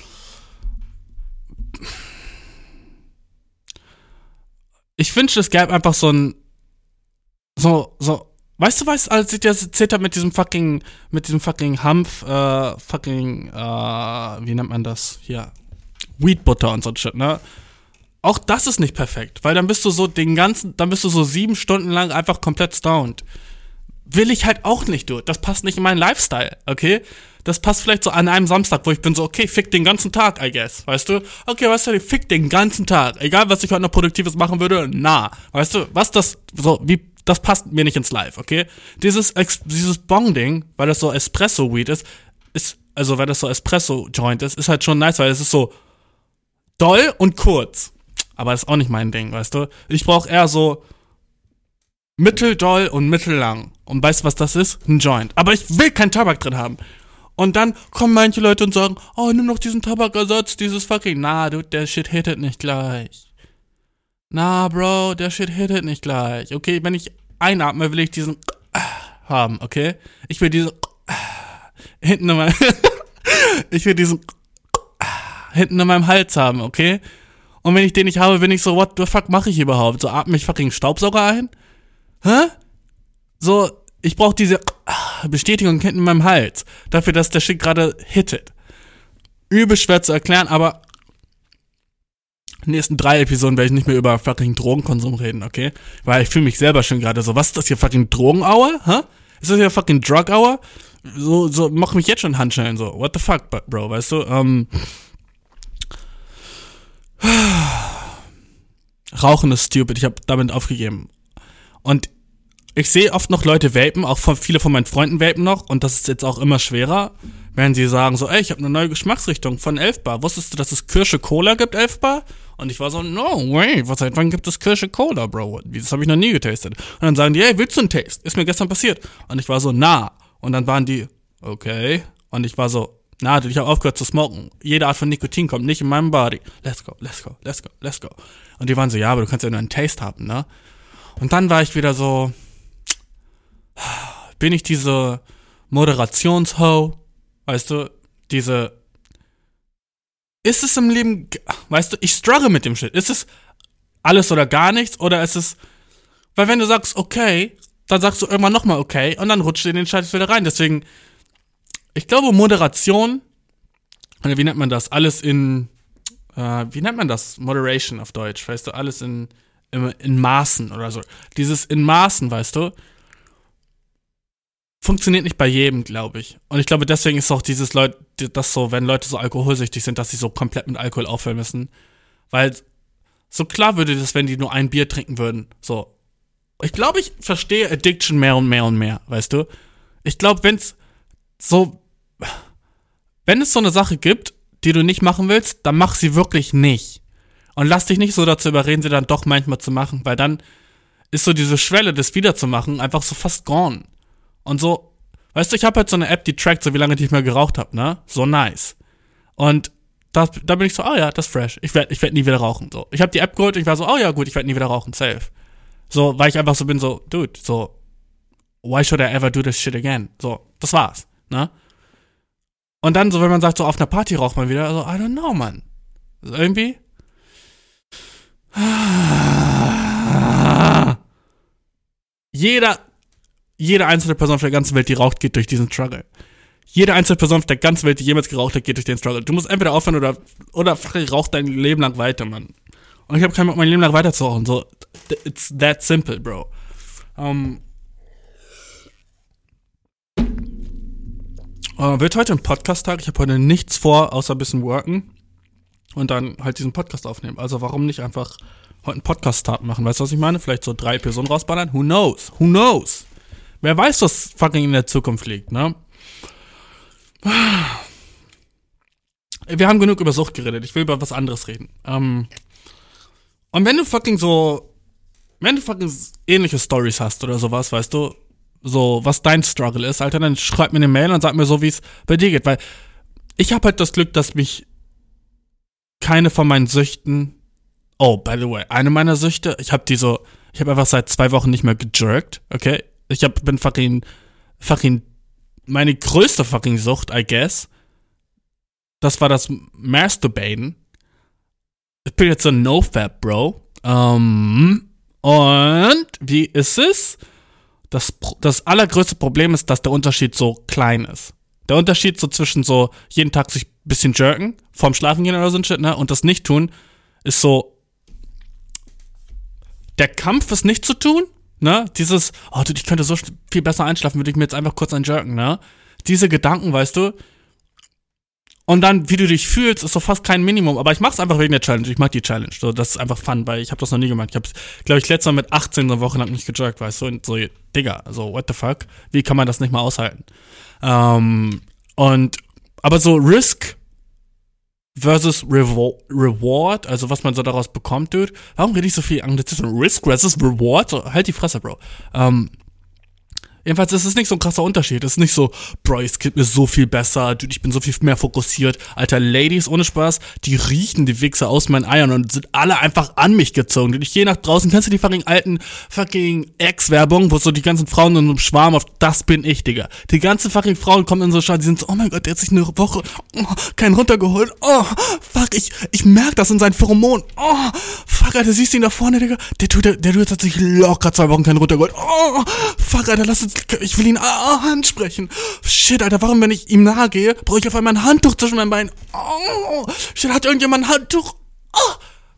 Ich wünschte, es gäbe einfach so ein. So, so. Weißt du, was, als ich dir das erzählt habe mit diesem fucking. Mit diesem fucking Hanf, äh, fucking, äh, wie nennt man das? Hier. Weed-Butter und so ein Shit, ne? Auch das ist nicht perfekt, weil dann bist du so den ganzen, dann bist du so sieben Stunden lang einfach komplett stoned. Will ich halt auch nicht, du. Das passt nicht in meinen Lifestyle, okay? Das passt vielleicht so an einem Samstag, wo ich bin so, okay, fick den ganzen Tag, I guess, weißt du? Okay, weißt du, fick den ganzen Tag. Egal, was ich heute noch Produktives machen würde, na. Weißt du, was das, so, wie, das passt mir nicht ins Life, okay? Dieses, dieses Bong-Ding, weil das so Espresso-Weed ist, ist, also, weil das so Espresso-Joint ist, ist halt schon nice, weil es ist so doll und kurz. Aber das ist auch nicht mein Ding, weißt du? Ich brauche eher so mitteldoll und mittellang. Und weißt du, was das ist? Ein Joint. Aber ich will keinen Tabak drin haben. Und dann kommen manche Leute und sagen, oh, nimm doch diesen Tabakersatz, dieses fucking, na, dude, der Shit hittet nicht gleich. Na, Bro, der Shit hittet nicht gleich. Okay, wenn ich einatme, will ich diesen haben, okay? Ich will diesen hinten in meinem ich will diesen hinten in meinem Hals haben, okay? Und wenn ich den nicht habe, bin ich so, what the fuck mache ich überhaupt? So, atme ich fucking Staubsauger ein? Hä? So, ich brauche diese Bestätigung hinten in meinem Hals. Dafür, dass der Shit gerade hittet. Übel schwer zu erklären, aber in den nächsten drei Episoden werde ich nicht mehr über fucking Drogenkonsum reden, okay? Weil ich fühle mich selber schon gerade so, was ist das hier, fucking Drogenhour? Hä? Ist das hier fucking Drug-Hour? So, so, mach mich jetzt schon Handschellen, so, what the fuck, Bro, weißt du? Ähm... Rauchen ist stupid, ich habe damit aufgegeben. Und ich sehe oft noch Leute vapen, auch von, viele von meinen Freunden vapen noch, und das ist jetzt auch immer schwerer, wenn sie sagen so, ey, ich habe eine neue Geschmacksrichtung von elf Bar. Wusstest du, dass es Kirsche Cola gibt, elf Bar? Und ich war so, no way, was, seit wann gibt es Kirsche Cola, Bro? Das habe ich noch nie getastet. Und dann sagen die, hey, willst du einen Taste? Ist mir gestern passiert. Und ich war so, na. Und dann waren die, okay. Und ich war so, na, ich habe aufgehört zu smoken. Jede Art von Nikotin kommt nicht in meinem Body. Let's go, let's go, let's go, let's go. Und die waren so, ja, aber du kannst ja nur einen Taste haben, ne? Und dann war ich wieder so, bin ich diese Moderationsho, weißt du, diese, ist es im Leben, weißt du, ich struggle mit dem Shit. Ist es alles oder gar nichts, oder ist es, weil wenn du sagst, okay, dann sagst du irgendwann nochmal okay, und dann rutscht du in den Scheiß wieder rein. Deswegen, ich glaube, Moderation, oder wie nennt man das? Alles in, äh, wie nennt man das? Moderation auf Deutsch, weißt du? Alles in, in, in Maßen oder so. Dieses in Maßen, weißt du? Funktioniert nicht bei jedem, glaube ich. Und ich glaube, deswegen ist auch dieses Leute, das so, wenn Leute so alkoholsüchtig sind, dass sie so komplett mit Alkohol aufhören müssen. Weil so klar würde das, wenn die nur ein Bier trinken würden. So. Ich glaube, ich verstehe Addiction mehr und mehr und mehr, weißt du? Ich glaube, wenn's so, wenn es so eine Sache gibt, die du nicht machen willst, dann mach sie wirklich nicht. Und lass dich nicht so dazu überreden, sie dann doch manchmal zu machen, weil dann ist so diese Schwelle, das wiederzumachen, einfach so fast gone. Und so, weißt du, ich habe halt so eine App, die trackt, so wie lange ich nicht mehr geraucht habe, ne? So nice. Und da, da bin ich so, oh ja, das ist fresh. Ich werde ich werd nie wieder rauchen. So. Ich habe die App geholt und ich war so, oh ja, gut, ich werde nie wieder rauchen, safe. So, weil ich einfach so bin, so, dude, so, why should I ever do this shit again? So, das war's, ne? Und dann, so, wenn man sagt, so, auf einer Party raucht man wieder, so, I don't know, man. So, irgendwie. Jeder, jede einzelne Person auf der ganzen Welt, die raucht, geht durch diesen Struggle. Jede einzelne Person auf der ganzen Welt, die jemals geraucht hat, geht durch den Struggle. Du musst entweder aufhören oder, oder rauch dein Leben lang weiter, Mann. Und ich habe keinen Bock, mein Leben lang weiter zu rauchen. So, it's that simple, bro. Um, uh, wird heute ein Podcast-Tag. Ich habe heute nichts vor, außer ein bisschen worken. Und dann halt diesen Podcast aufnehmen. Also warum nicht einfach heute einen Podcast-Tag machen? Weißt du, was ich meine? Vielleicht so drei Personen rausballern? Who knows? Who knows? Wer weiß, was fucking in der Zukunft liegt, ne? Wir haben genug über Sucht geredet. Ich will über was anderes reden. Ähm, und wenn du fucking so, wenn du fucking ähnliche Stories hast oder sowas, weißt du, so, was dein Struggle ist, Alter, dann schreib mir eine Mail und sag mir so, wie es bei dir geht. Weil ich habe halt das Glück, dass mich keine von meinen Süchten, oh, by the way, eine meiner Süchte, ich habe die so, ich habe einfach seit zwei Wochen nicht mehr gejerkt, okay? Ich hab, bin fucking, fucking, meine größte fucking Sucht, I guess, das war das Masturbaten. Ich bin jetzt so ein No-Fab, Bro. Um, und wie ist es? Das, das allergrößte Problem ist, dass der Unterschied so klein ist. Der Unterschied so zwischen so jeden Tag sich ein bisschen jerken, vorm Schlafen gehen oder so ein Shit, ne, und das nicht tun, ist so, der Kampf, es nicht zu tun, ne, dieses, oh, du, ich könnte so viel besser einschlafen, würde ich mir jetzt einfach kurz einen jerken, ne, diese Gedanken, weißt du, und dann, wie du dich fühlst, ist so fast kein Minimum, aber ich mach's einfach wegen der Challenge, ich mag die Challenge, so, das ist einfach fun, weil ich habe das noch nie gemacht, ich hab's, glaube ich, letztes Mal mit achtzehn eine Woche lang nicht gejerkt, weißt du, und so, Digga, so, what the fuck, wie kann man das nicht mal aushalten, ähm, und, aber so Risk versus Revo- Reward, also was man so daraus bekommt, dude. Warum rede ich so viel Anglizismus? Risk versus Reward? So, halt die Fresse, Bro. Ähm, jedenfalls ist es nicht so ein krasser Unterschied. Es ist nicht so, Bro, es geht mir so viel besser, dude, ich bin so viel mehr fokussiert. Alter, Ladies, ohne Spaß, die riechen die Wichser aus meinen Eiern und sind alle einfach an mich gezogen. Dude, ich gehe nach draußen, kennst du die fucking alten fucking Ex-Werbung, wo so die ganzen Frauen in so einem Schwarm auf, das bin ich, Digga. Die ganzen fucking Frauen kommen in so Schwarm, die sind so, oh mein Gott, der hat sich eine Woche oh, keinen runtergeholt. Oh, fuck, ich, ich merk das in seinen Pheromonen. Oh, fuck, Alter, siehst du ihn da vorne, Digga? Der tut, der, der hat sich locker zwei Wochen keinen runtergeholt. Oh, fuck, Alter, lass uns, ich will ihn ah, ansprechen. Shit, Alter, warum, wenn ich ihm nahe gehe, brauche ich auf einmal ein Handtuch zwischen meinen Beinen. Oh, shit, hat irgendjemand ein Handtuch? Oh.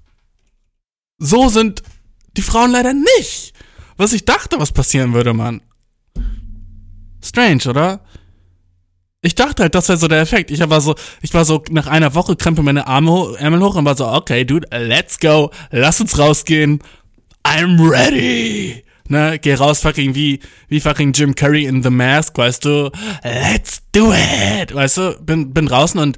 So sind die Frauen leider nicht. Was ich dachte, was passieren würde, Mann. Strange, oder? Ich dachte halt, das wäre so der Effekt. Ich war so, ich war so nach einer Woche, krempel meine Arme, Ärmel hoch und war so, okay, dude, let's go, lass uns rausgehen. I'm ready. Ne, geh raus, fucking wie, wie fucking Jim Carrey in The Mask, weißt du, let's do it, weißt du, bin, bin draußen und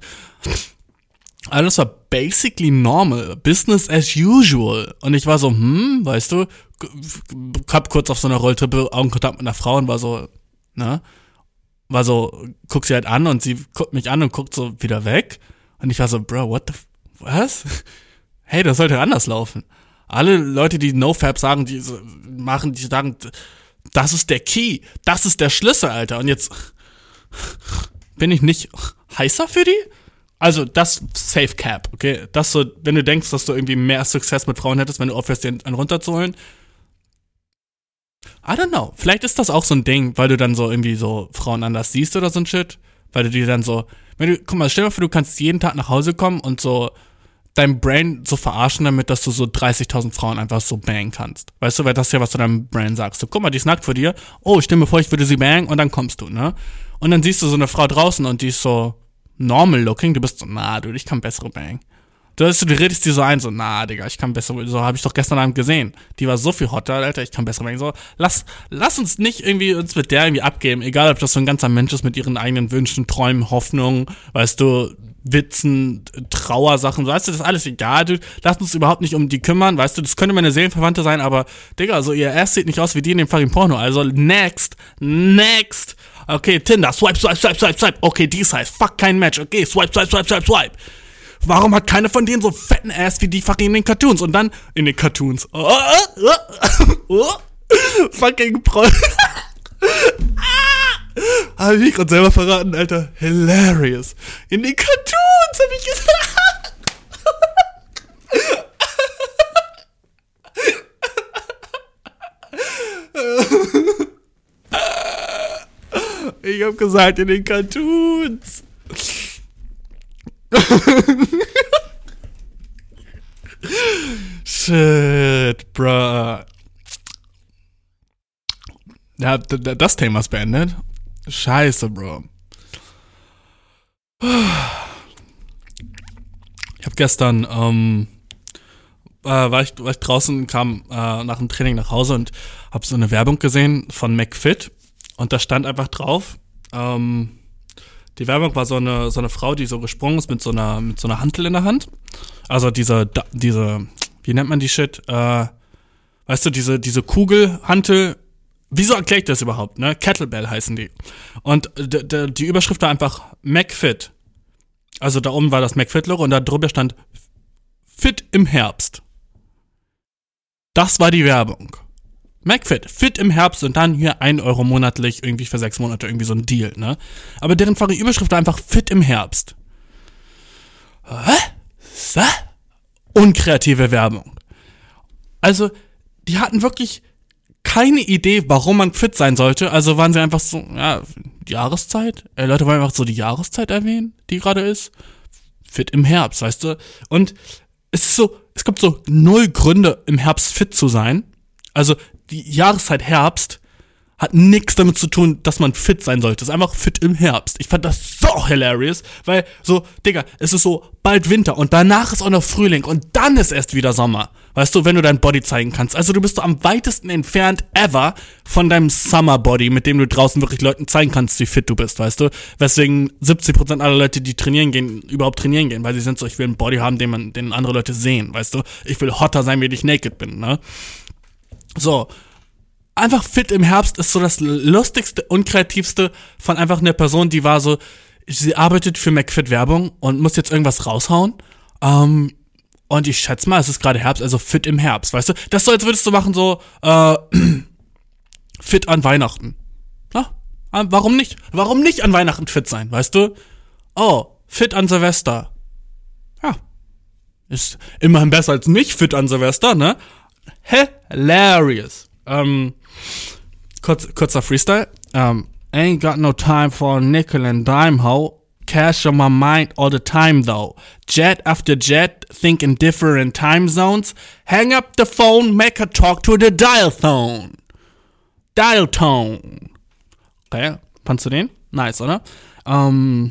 alles war basically normal, business as usual, und ich war so, hm, weißt du, hab kurz auf so einer Rolltreppe Augenkontakt mit einer Frau und war so, ne, war so, guck sie halt an und sie guckt mich an und guckt so wieder weg und ich war so, bro, what the, f- was? Hey, das sollte anders laufen. Alle Leute, die NoFap sagen, die machen, die sagen, das ist der Key, das ist der Schlüssel, Alter. Und jetzt bin ich nicht heißer für die? Also das Safe Cap, okay? Das so, wenn du denkst, dass du irgendwie mehr Success mit Frauen hättest, wenn du aufhörst, den einen runterzuholen. I don't know. Vielleicht ist das auch so ein Ding, weil du dann so irgendwie so Frauen anders siehst oder so ein Shit. Weil du dir dann so, wenn du, guck mal, stell dir mal vor, du kannst jeden Tag nach Hause kommen und so dein Brain so verarschen damit, dass du so dreißigtausend Frauen einfach so bangen kannst. Weißt du, weil das ist ja, was du deinem Brain sagst. So, guck mal, die ist nackt vor dir. Oh, stell mir vor, ich würde sie bangen und dann kommst du, ne? Und dann siehst du so eine Frau draußen und die ist so normal looking. Du bist so, na, du, ich kann bessere bangen. Du, du redest dir so ein, so, na, Digga, ich kann bessere, so habe ich doch gestern Abend gesehen. Die war so viel hotter, Alter, ich kann bessere bangen. So, lass, lass uns nicht irgendwie uns mit der irgendwie abgeben, egal ob das so ein ganzer Mensch ist mit ihren eigenen Wünschen, Träumen, Hoffnungen, weißt du, Witzen, Trauersachen, weißt du, das ist alles egal, du, lass uns überhaupt nicht um die kümmern, weißt du, das könnte meine Seelenverwandte sein, aber, Digga, so, ihr Ass sieht nicht aus wie die in dem fucking Porno, also, next, next, okay, Tinder, swipe, swipe, swipe, swipe, swipe, okay, dies heißt, fuck, kein Match, okay, swipe, swipe, swipe, swipe, swipe, warum hat keine von denen so fetten Ass wie die fucking in den Cartoons, und dann, in den Cartoons, oh, oh, oh, oh, fucking Pro, habe ich mich gerade selber verraten, Alter. Hilarious. In den Cartoons habe ich gesagt. Ich habe gesagt, in den Cartoons. Shit, bruh. Ja, das Thema ist beendet. Scheiße, Bro. Ich habe gestern, ähm, äh, war, ich, war ich draußen, kam äh, nach dem Training nach Hause und habe so eine Werbung gesehen von McFit und da stand einfach drauf, ähm, die Werbung war so eine so eine Frau, die so gesprungen ist mit so einer mit so einer Hantel in der Hand. Also diese diese, wie nennt man die Shit? Äh, weißt du, diese diese Kugelhantel. Wieso erkläre ich das überhaupt, ne? Kettlebell heißen die. Und d- d- die Überschrift war einfach McFit. Also da oben war das McFit-Logo und da drüber stand Fit im Herbst. Das war die Werbung. McFit, Fit im Herbst und dann hier ein Euro monatlich, irgendwie für sechs Monate, irgendwie so ein Deal, ne? Aber deren fucking Überschrift war einfach Fit im Herbst. Hä? So? Unkreative Werbung. Also, die hatten wirklich keine Idee, warum man fit sein sollte. Also waren sie einfach so, ja, Jahreszeit? Äh, Leute wollen einfach so die Jahreszeit erwähnen, die gerade ist. Fit im Herbst, weißt du? Und es ist so, es gibt so null Gründe, im Herbst fit zu sein. Also die Jahreszeit Herbst hat nichts damit zu tun, dass man fit sein sollte. Es ist einfach fit im Herbst. Ich fand das so hilarious, weil so, Digga, es ist so bald Winter und danach ist auch noch Frühling und dann ist erst wieder Sommer. Weißt du, wenn du dein Body zeigen kannst. Also du bist so am weitesten entfernt ever von deinem Summer Body, mit dem du draußen wirklich Leuten zeigen kannst, wie fit du bist, weißt du? Weswegen siebzig Prozent aller Leute, die trainieren gehen, überhaupt trainieren gehen, weil sie sind so, ich will einen Body haben, den man, den andere Leute sehen, weißt du? Ich will hotter sein, wie ich naked bin, ne? So. Einfach fit im Herbst ist so das lustigste und kreativste von einfach einer Person, die war so, sie arbeitet für McFit Werbung und muss jetzt irgendwas raushauen. Ähm, und ich schätze mal, es ist gerade Herbst, also fit im Herbst, weißt du? Das ist so, als würdest du machen so, äh, fit an Weihnachten. Na, warum nicht? Warum nicht an Weihnachten fit sein, weißt du? Oh, fit an Silvester. Ja. Ist immerhin besser als nicht fit an Silvester, ne? Hilarious. Ähm, kurz, kurzer Freestyle. Um, ain't got no time for a nickel and dime hoe. Cash on my mind all the time though. Jet after jet, think in different time zones. Hang up the phone, make her talk to the dial tone. Dial tone. Okay, fandst du den? Nice, oder? Ähm.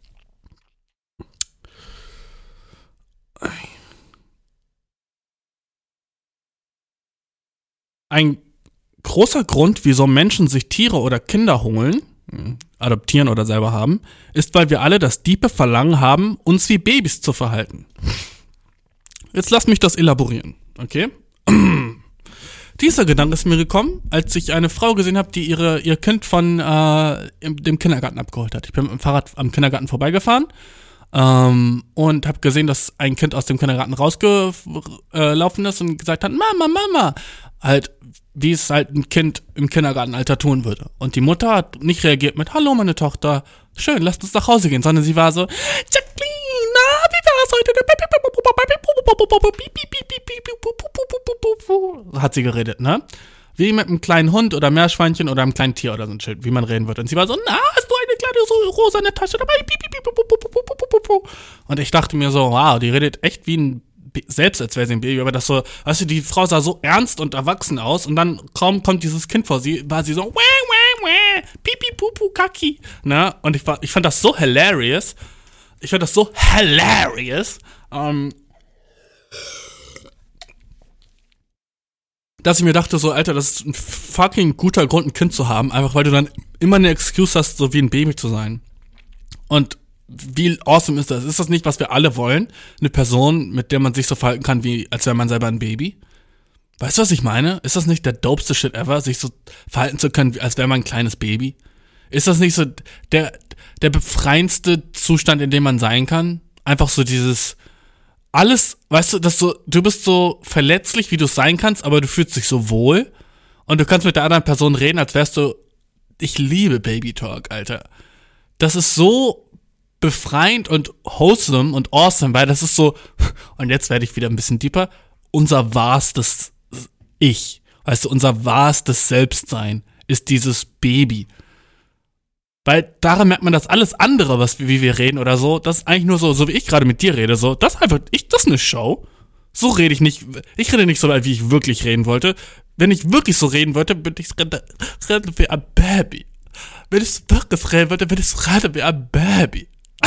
Ein großer Grund, wieso Menschen sich Tiere oder Kinder holen, adoptieren oder selber haben, ist, weil wir alle das tiefe Verlangen haben, uns wie Babys zu verhalten. Jetzt lass mich das elaborieren, okay? Dieser Gedanke ist mir gekommen, als ich eine Frau gesehen habe, die ihre, ihr Kind von äh, dem Kindergarten abgeholt hat. Ich bin mit dem Fahrrad am Kindergarten vorbeigefahren ähm, und habe gesehen, dass ein Kind aus dem Kindergarten rausgelaufen ist und gesagt hat, Mama, Mama, halt, wie es halt ein Kind im Kindergartenalter tun würde. Und die Mutter hat nicht reagiert mit, hallo meine Tochter, schön, lasst uns nach Hause gehen, sondern sie war so, Jacqueline, na, wie war's heute? Hat sie geredet, ne? Wie mit einem kleinen Hund oder Meerschweinchen oder einem kleinen Tier oder so ein Schild, wie man reden wird. Und sie war so, na, hast du eine kleine so rosane Tasche dabei? Und ich dachte mir so, wow, die redet echt wie ein selbst, als wäre sie ein Baby, aber das so, weißt du, die Frau sah so ernst und erwachsen aus und dann kaum kommt dieses Kind vor sie, war sie so, wah, wah, wah, pipi, pupu, kaki, ne, und ich, war, ich fand das so hilarious, ich fand das so hilarious, ähm, dass ich mir dachte so, Alter, das ist ein fucking guter Grund, ein Kind zu haben, einfach weil du dann immer eine Excuse hast, so wie ein Baby zu sein. Und wie awesome ist das? Ist das nicht, was wir alle wollen? Eine Person, mit der man sich so verhalten kann, wie als wäre man selber ein Baby? Weißt du, was ich meine? Ist das nicht der dopeste Shit ever, sich so verhalten zu können, als wäre man ein kleines Baby? Ist das nicht so der, der befreiendste Zustand, in dem man sein kann? Einfach so dieses alles, weißt du, dass so, du bist so verletzlich, wie du es sein kannst, aber du fühlst dich so wohl und du kannst mit der anderen Person reden, als wärst du, ich liebe Baby Talk, Alter. Das ist so befreiend und wholesome und awesome, weil das ist so, und jetzt werde ich wieder ein bisschen deeper, unser wahrstes Ich, weißt du, unser wahrstes Selbstsein ist dieses Baby. Weil daran merkt man, dass alles andere, was wie wir reden oder so, das ist eigentlich nur so, so wie ich gerade mit dir rede, so, das ist einfach, ich, das ist eine Show. So rede ich nicht, ich rede nicht so weit, wie ich wirklich reden wollte. Wenn ich wirklich so reden wollte, bin ich rede, rede wie ein Baby. Wenn ich wirklich reden wollte, bin ich rede wie ein Baby.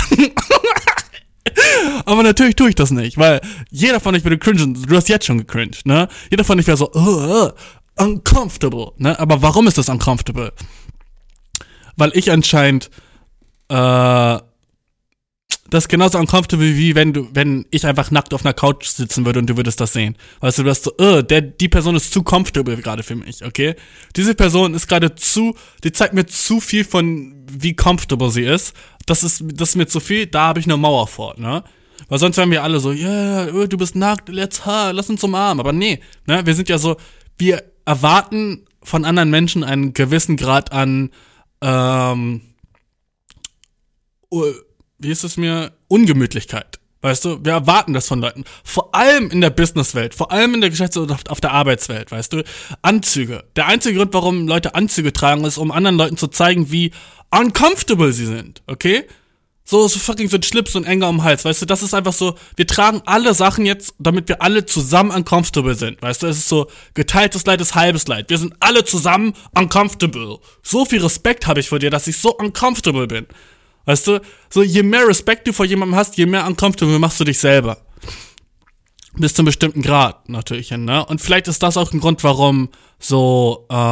Aber natürlich tue ich das nicht, weil jeder von euch würde cringen, du hast jetzt schon gecringed, ne? Jeder von euch wäre so, uh, uh, uncomfortable, ne? Aber warum ist das uncomfortable? Weil ich anscheinend, äh, das ist genauso uncomfortable, wie wenn du, wenn ich einfach nackt auf einer Couch sitzen würde und du würdest das sehen. Weißt du, du hast so, uh, der, die Person ist zu comfortable gerade für mich, okay? Diese Person ist gerade zu, die zeigt mir zu viel von, wie comfortable sie ist. Das ist, das ist mir zu viel, da habe ich eine Mauer vor, ne? Weil sonst wären wir alle so, ja, yeah, du bist nackt, let's ha, lass uns umarmen. Aber nee, ne, wir sind ja so, wir erwarten von anderen Menschen einen gewissen Grad an, ähm, wie ist es mir? Ungemütlichkeit. Weißt du, wir erwarten das von Leuten. Vor allem in der Businesswelt, vor allem in der Geschäfts- und auf der Arbeitswelt, weißt du. Anzüge. Der einzige Grund, warum Leute Anzüge tragen, ist, um anderen Leuten zu zeigen, wie uncomfortable sie sind, okay? So, so fucking so ein Schlips und enger um den Hals, weißt du, das ist einfach so, wir tragen alle Sachen jetzt, damit wir alle zusammen uncomfortable sind, weißt du, es ist so, geteiltes Leid ist halbes Leid, wir sind alle zusammen uncomfortable. So viel Respekt habe ich vor dir, dass ich so uncomfortable bin. Weißt du, so je mehr Respekt du vor jemandem hast, je mehr uncomfortable machst du dich selber. Bis zu einem bestimmten Grad, natürlich, ne? Und vielleicht ist das auch ein Grund, warum so, äh,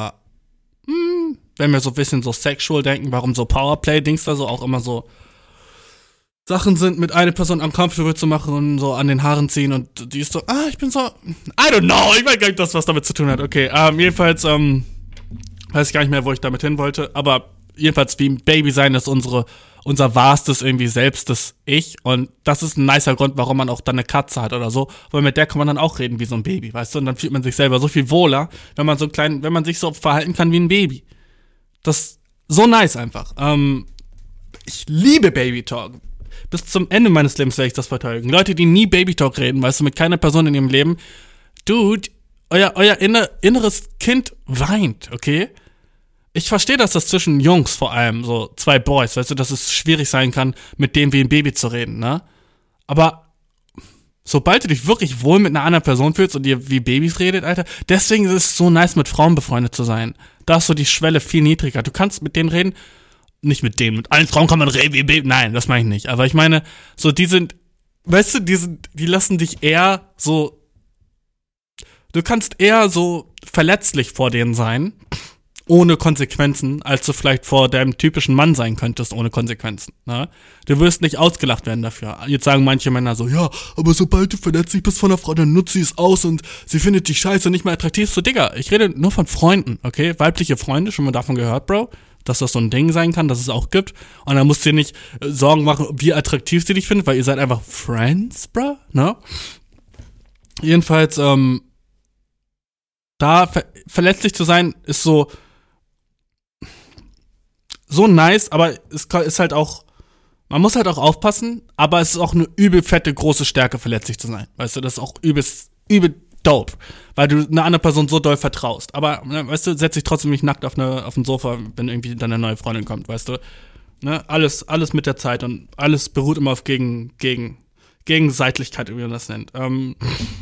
mh, wenn wir so ein bisschen so sexual denken, warum so Powerplay-Dings da so auch immer so Sachen sind, mit einer Person uncomfortable zu machen und so an den Haaren ziehen und die ist so, ah, ich bin so, I don't know, ich weiß gar nicht, dass was damit zu tun hat. Okay, ähm, jedenfalls, ähm, weiß ich gar nicht mehr, wo ich damit hin wollte, aber jedenfalls wie ein Baby sein ist unsere, unser wahrstes irgendwie selbstes Ich und das ist ein nicer Grund, warum man auch dann eine Katze hat oder so, weil mit der kann man dann auch reden wie so ein Baby, weißt du, und dann fühlt man sich selber so viel wohler, wenn man so klein, wenn man sich so verhalten kann wie ein Baby. Das ist so nice einfach. Ähm, ich liebe Baby Talk. Bis zum Ende meines Lebens werde ich das verteidigen. Leute, die nie Baby Talk reden, weißt du, mit keiner Person in ihrem Leben, Dude, euer, euer inner, inneres Kind weint, okay? Ich verstehe, dass das zwischen Jungs vor allem, so zwei Boys, weißt du, dass es schwierig sein kann, mit dem wie ein Baby zu reden, ne? Aber sobald du dich wirklich wohl mit einer anderen Person fühlst und ihr wie Babys redet, Alter, deswegen ist es so nice, mit Frauen befreundet zu sein. Da ist so die Schwelle viel niedriger. Du kannst mit denen reden, nicht mit denen, mit allen Frauen kann man reden wie Baby. Nein, das meine ich nicht. Aber ich meine, so die sind, weißt du, die sind, die lassen dich eher so, du kannst eher so verletzlich vor denen sein, ohne Konsequenzen, als du vielleicht vor deinem typischen Mann sein könntest, ohne Konsequenzen. Ne? Du wirst nicht ausgelacht werden dafür. Jetzt sagen manche Männer so, ja, aber sobald du verletzlich bist von einer Frau, dann nutzt sie es aus und sie findet dich scheiße und nicht mehr attraktiv. So, Digga, ich rede nur von Freunden, okay? Weibliche Freunde, schon mal davon gehört, Bro? Dass das so ein Ding sein kann, dass es auch gibt. Und dann musst du dir nicht äh, Sorgen machen, wie attraktiv sie dich findet, weil ihr seid einfach Friends, Bro, ne? Jedenfalls, ähm, da ver- verletzlich zu sein, ist so so nice, aber es ist halt auch, man muss halt auch aufpassen, aber es ist auch eine übel fette, große Stärke, verletzlich zu sein. Weißt du, das ist auch übelst, übel dope, weil du einer anderen Person so doll vertraust. Aber, ne, weißt du, setz dich trotzdem nicht nackt auf, eine, auf ein Sofa, wenn irgendwie deine neue Freundin kommt, weißt du. Ne, alles, alles mit der Zeit und alles beruht immer auf gegen, gegen, Gegenseitlichkeit, wie man das nennt. Ähm,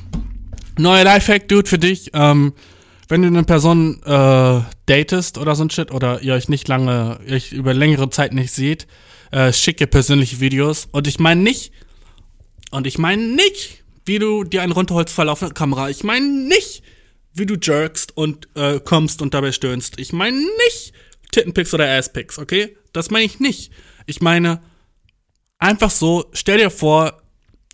neuer Lifehack, Dude, für dich, ähm, wenn du eine Person äh, datest oder so ein Shit oder ihr euch nicht lange, ihr euch über längere Zeit nicht seht, äh, schicke persönliche Videos. Und ich meine nicht, und ich meine nicht, wie du dir einen runterholst vor laufender Kamera. Ich meine nicht, wie du jerkst und äh, kommst und dabei stöhnst. Ich meine nicht Tittenpics oder Asspics, okay? Das meine ich nicht. Ich meine einfach so, stell dir vor,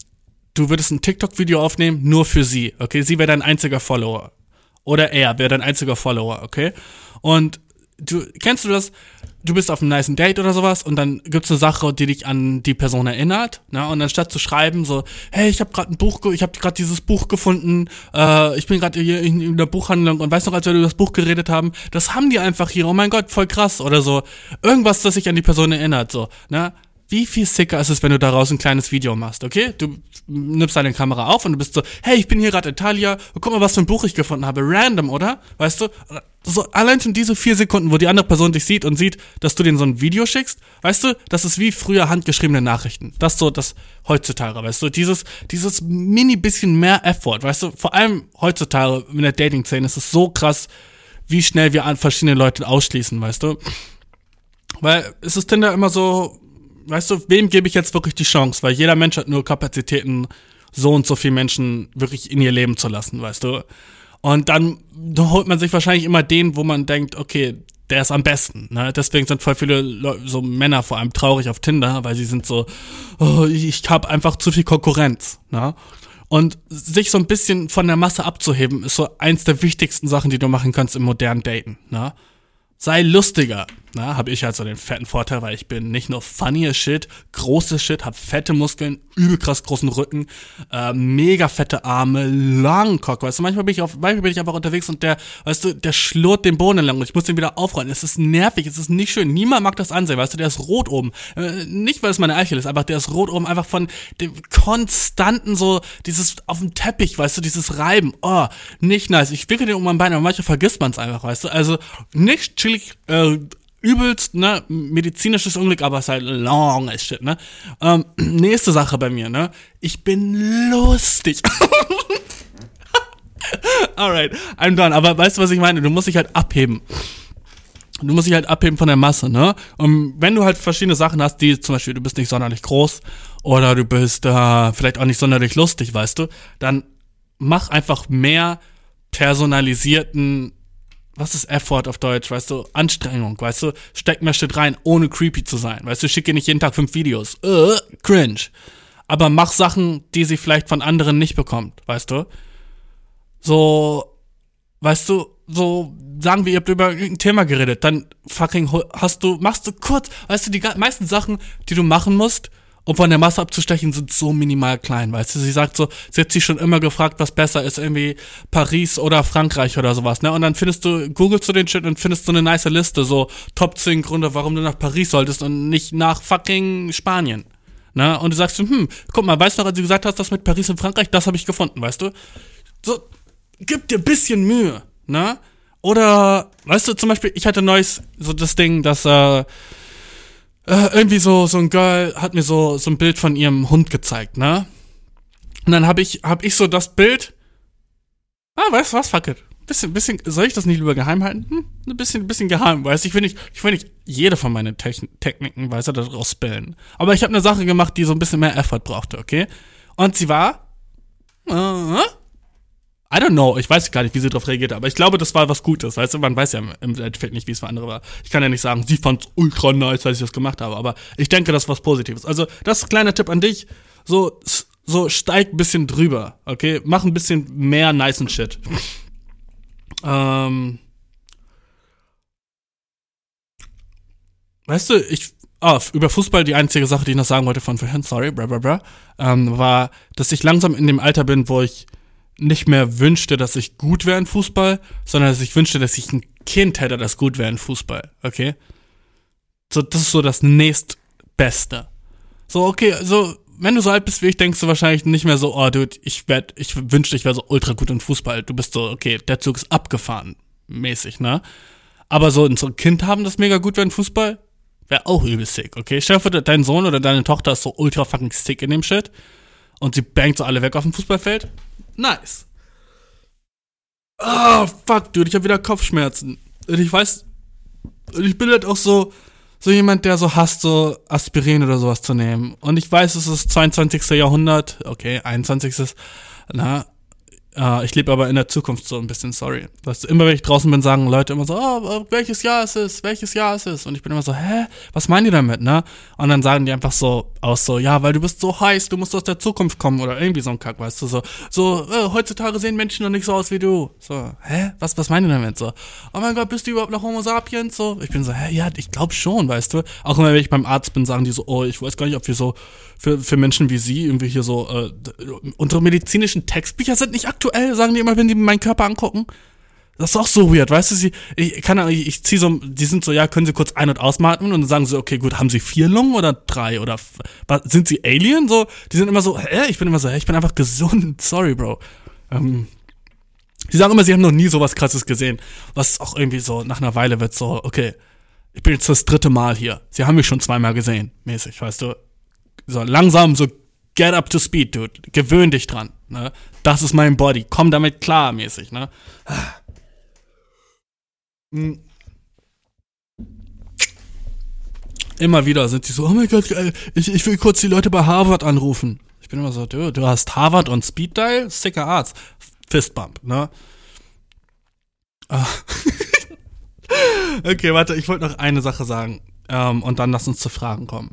du würdest ein TikTok-Video aufnehmen, nur für sie, okay? Sie wäre dein einziger Follower. Oder er wäre dein einziger Follower, okay? Und du, kennst du das? Du bist auf einem nicen Date oder sowas und dann gibt's eine Sache, die dich an die Person erinnert, ne? Und dann statt zu schreiben so, hey, ich habe gerade ein Buch, ge- ich habe gerade dieses Buch gefunden, äh, ich bin gerade hier in, in der Buchhandlung und weißt noch, als wir über das Buch geredet haben, das haben die einfach hier, oh mein Gott, voll krass oder so. Irgendwas, das sich an die Person erinnert, so, ne? Wie viel sicker ist es, wenn du daraus ein kleines Video machst, okay? Du nimmst deine Kamera auf und du bist so, hey, ich bin hier gerade in Italia, guck mal, was für ein Buch ich gefunden habe. Random, oder? Weißt du? So, allein schon diese vier Sekunden, wo die andere Person dich sieht und sieht, dass du denen so ein Video schickst, weißt du, das ist wie früher handgeschriebene Nachrichten. Das ist so das heutzutage, weißt du? Dieses, dieses mini bisschen mehr Effort, weißt du? Vor allem heutzutage in der Dating-Szene ist es so krass, wie schnell wir an verschiedene Leute ausschließen, weißt du? Weil es ist Tinder immer so, weißt du, wem gebe ich jetzt wirklich die Chance? Weil jeder Mensch hat nur Kapazitäten, so und so viele Menschen wirklich in ihr Leben zu lassen, weißt du? Und dann holt man sich wahrscheinlich immer den, wo man denkt, okay, der ist am besten, ne? Deswegen sind voll viele Leute, so Männer vor allem traurig auf Tinder, weil sie sind so, oh, ich habe einfach zu viel Konkurrenz, ne? Und sich so ein bisschen von der Masse abzuheben, ist so eins der wichtigsten Sachen, die du machen kannst im modernen Daten, ne? Sei lustiger, Na, habe ich halt so den fetten Vorteil, weil ich bin nicht nur funny as shit, großes Shit, hab fette Muskeln, übel krass großen Rücken, äh, mega fette Arme, lang Cock, weißt du, manchmal bin ich auf, manchmal bin ich einfach unterwegs und der, weißt du, der schlurrt den Boden lang und ich muss den wieder aufrollen. Es ist nervig, es ist nicht schön, niemand mag das ansehen, weißt du, der ist rot oben. Äh, nicht, weil es meine Eichel ist, einfach der ist rot oben, einfach von dem konstanten so, dieses auf dem Teppich, weißt du, dieses Reiben, oh, nicht nice. Ich wickel den um mein Bein, aber manchmal vergisst man es einfach, weißt du, also nicht chillig, äh, übelst, ne, medizinisches Unglück, aber es ist halt long as shit, ne. Ähm, nächste Sache bei mir, ne, ich bin lustig. Alright, I'm done, aber weißt du, was ich meine? Du musst dich halt abheben. Du musst dich halt abheben von der Masse, ne? Und wenn du halt verschiedene Sachen hast, die zum Beispiel, du bist nicht sonderlich groß oder du bist äh, vielleicht auch nicht sonderlich lustig, weißt du, dann mach einfach mehr personalisierten, was ist Effort auf Deutsch, weißt du, Anstrengung, weißt du, steck mehr Shit rein, ohne creepy zu sein, weißt du, schicke nicht jeden Tag fünf Videos, uh, cringe, aber mach Sachen, die sie vielleicht von anderen nicht bekommt, weißt du, so, weißt du, so, sagen wir, ihr habt über irgendein Thema geredet, dann fucking hast du, machst du kurz, weißt du, die meisten Sachen, die du machen musst, um von der Masse abzustechen, sind so minimal klein, weißt du, sie sagt so, sie hat sich schon immer gefragt, was besser ist, irgendwie Paris oder Frankreich oder sowas, ne, und dann findest du, googelst du den Shit und findest so eine nice Liste, so Top zehn Gründe, warum du nach Paris solltest und nicht nach fucking Spanien, ne, und du sagst, hm, guck mal, weißt du noch, als du gesagt hast, das mit Paris und Frankreich, das habe ich gefunden, weißt du, so, gib dir ein bisschen Mühe, ne, oder, weißt du, zum Beispiel, ich hatte neues, so das Ding, dass, äh, Äh, irgendwie so so ein Girl hat mir so so ein Bild von ihrem Hund gezeigt, ne? Und dann habe ich hab ich so das Bild. Ah, weißt du was? Fuck it. Bisschen bisschen soll ich das nicht lieber geheim halten? Hm, ein bisschen ein bisschen geheim, weißt du? Ich will nicht ich will nicht jede von meinen Techn- Techniken, weißt du, daraus spillen. Aber ich habe eine Sache gemacht, die so ein bisschen mehr Effort brauchte, okay? Und sie war äh, I don't know, ich weiß gar nicht, wie sie darauf reagiert, aber ich glaube, das war was Gutes, weißt du, man weiß ja im Endeffekt nicht, wie es für andere war. Ich kann ja nicht sagen, sie fand's ultra nice, als ich das gemacht habe, aber ich denke, das ist was Positives. Also, das ist ein kleiner Tipp an dich, so, so steig ein bisschen drüber, okay? Mach ein bisschen mehr nicen Shit. Ähm, weißt du, ich, ah, über Fußball, die einzige Sache, die ich noch sagen wollte von vorhin, sorry, bra bra bra, ähm, war, dass ich langsam in dem Alter bin, wo ich nicht mehr wünschte, dass ich gut wäre in Fußball, sondern dass ich wünschte, dass ich ein Kind hätte, das gut wäre in Fußball, okay? So, das ist so das nächstbeste. So, okay, so, wenn du so alt bist wie ich, denkst du wahrscheinlich nicht mehr so, oh, dude, ich werd, ich wünschte, ich wäre so ultra gut in Fußball. Du bist so, okay, der Zug ist abgefahren, mäßig, ne? Aber so, so ein Kind haben, das mega gut wäre in Fußball, wäre auch übel sick, okay? Stell dir vor, dein Sohn oder deine Tochter ist so ultra fucking sick in dem Shit und sie bangt so alle weg auf dem Fußballfeld. Nice. Ah, oh, fuck, dude, ich hab wieder Kopfschmerzen. Und ich weiß, ich bin halt auch so, so jemand, der so hasst, so Aspirin oder sowas zu nehmen. Und ich weiß, es ist zweiundzwanzigste Jahrhundert, okay, einundzwanzigste Na, äh, ich lebe aber in der Zukunft so ein bisschen, sorry. Weißt du, immer wenn ich draußen bin, sagen Leute immer so, oh, welches Jahr ist es, welches Jahr ist es? Und ich bin immer so, hä, was meinen die damit, ne? Und dann sagen die einfach so, aus so, ja, weil du bist so heiß, du musst aus der Zukunft kommen oder irgendwie so ein Kack, weißt du, so, so, äh, heutzutage sehen Menschen noch nicht so aus wie du. So, hä, was, was meinen die damit? So, oh mein Gott, bist du überhaupt noch Homo sapiens? So, ich bin so, hä, ja, ich glaube schon, weißt du. Auch immer, wenn ich beim Arzt bin, sagen die so, oh, ich weiß gar nicht, ob wir so, für, für Menschen wie sie irgendwie hier so, äh, unsere medizinischen Textbücher sind nicht aktuell, sagen die immer, wenn die meinen Körper angucken. Das ist auch so weird, weißt du, sie, ich kann, ich, ich zieh so, die sind so, ja, können sie kurz ein- und ausatmen und dann sagen sie, okay, gut, haben sie vier Lungen oder drei oder, was, sind sie Alien? So, die sind immer so, hä, ich bin immer so, hä, ich bin einfach gesund, sorry, Bro. Ähm, die sagen immer, sie haben noch nie sowas Krasses gesehen, was auch irgendwie so, nach einer Weile wird so, okay, ich bin jetzt das dritte Mal hier, sie haben mich schon zweimal gesehen, mäßig, weißt du. So, langsam, so, get up to speed, dude. Gewöhn dich dran, ne? Das ist mein Body. Komm damit klar, mäßig, ne? Immer wieder sind sie so, oh mein Gott, ich, ich will kurz die Leute bei Harvard anrufen. Ich bin immer so, du, du hast Harvard und Speed Dial? Sicker Arzt. Fistbump, ne? Okay, warte, ich wollte noch eine Sache sagen. Ähm, und dann lass uns zu Fragen kommen.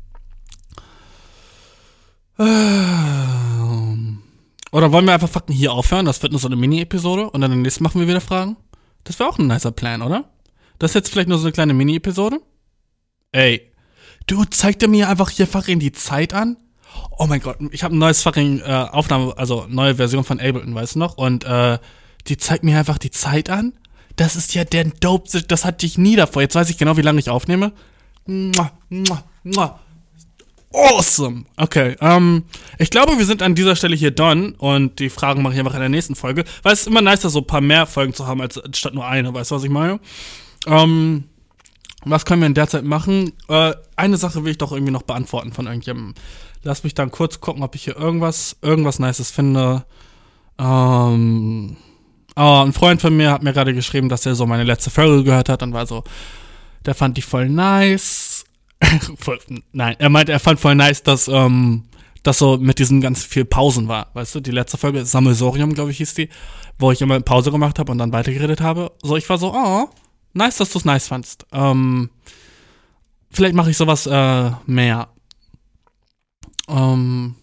Oder wollen wir einfach fucking hier aufhören? Das wird nur so eine Mini-Episode und dann nächstes machen wir wieder Fragen. Das wäre auch ein nicer Plan, oder? Das ist jetzt vielleicht nur so eine kleine Mini-Episode. Ey, du zeigt er mir einfach hier Farin die Zeit an? Oh mein Gott, ich habe ein neues Farin äh, Aufnahme, also neue Version von Ableton, weißt du noch? Und äh, die zeigt mir einfach die Zeit an. Das ist ja der Dope, das hatte ich nie davor. Jetzt weiß ich genau, wie lange ich aufnehme. Mua, mua, mua. Awesome. Okay, ähm, ich glaube, wir sind an dieser Stelle hier done und die Fragen mache ich einfach in der nächsten Folge, weil es ist immer nicer, so ein paar mehr Folgen zu haben, als statt nur eine, weißt du, was ich meine? Ähm, was können wir in der Zeit machen? Äh, eine Sache will ich doch irgendwie noch beantworten von irgendjemandem. Lass mich dann kurz gucken, ob ich hier irgendwas, irgendwas Nices finde. Ähm, oh, ein Freund von mir hat mir gerade geschrieben, dass er so meine letzte Folge gehört hat und war so, der fand die voll nice. voll, nein, er meinte, er fand voll nice, dass, ähm, das so mit diesen ganz viel Pausen war, weißt du? Die letzte Folge, Sammelsorium, glaube ich, hieß die, wo ich immer Pause gemacht habe und dann weitergeredet habe. So, ich war so, oh, nice, dass du es nice fandst. Ähm, vielleicht mache ich sowas äh, mehr. Ähm,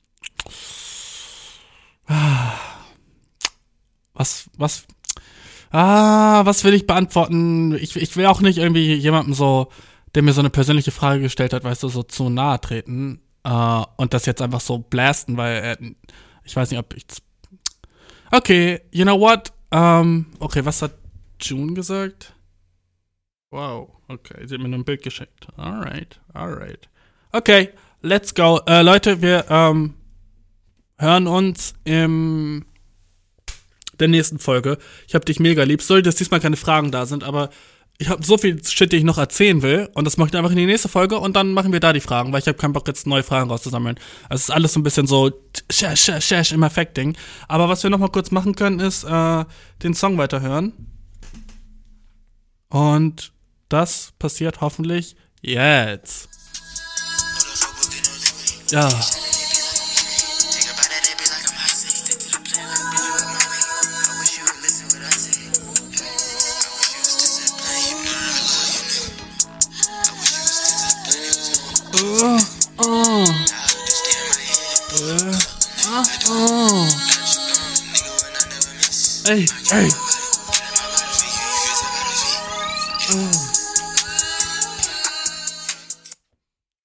was, was, ah, was will ich beantworten? Ich, ich will auch nicht irgendwie jemandem so, der mir so eine persönliche Frage gestellt hat, weißt du, so zu nahe treten äh, und das jetzt einfach so blasten, weil er, ich weiß nicht, ob ich, okay, you know what? Ähm, okay, was hat June gesagt? Wow, okay, sie hat mir nur ein Bild geschickt. Alright, alright. Okay, let's go. Äh, Leute, wir ähm, hören uns im der nächsten Folge. Ich hab dich mega lieb. Sorry, dass diesmal keine Fragen da sind, aber ich habe so viel Shit, den ich noch erzählen will und das mache ich einfach in die nächste Folge und dann machen wir da die Fragen, weil ich habe keinen Bock, jetzt neue Fragen rauszusammeln. Also es ist alles so ein bisschen so shash, shash, shash im Effekt-Ding. Aber was wir noch mal kurz machen können, ist äh, den Song weiterhören. Und das passiert hoffentlich jetzt. Ja. Uh, uh. Uh, uh, uh. Ey, ey. Uh.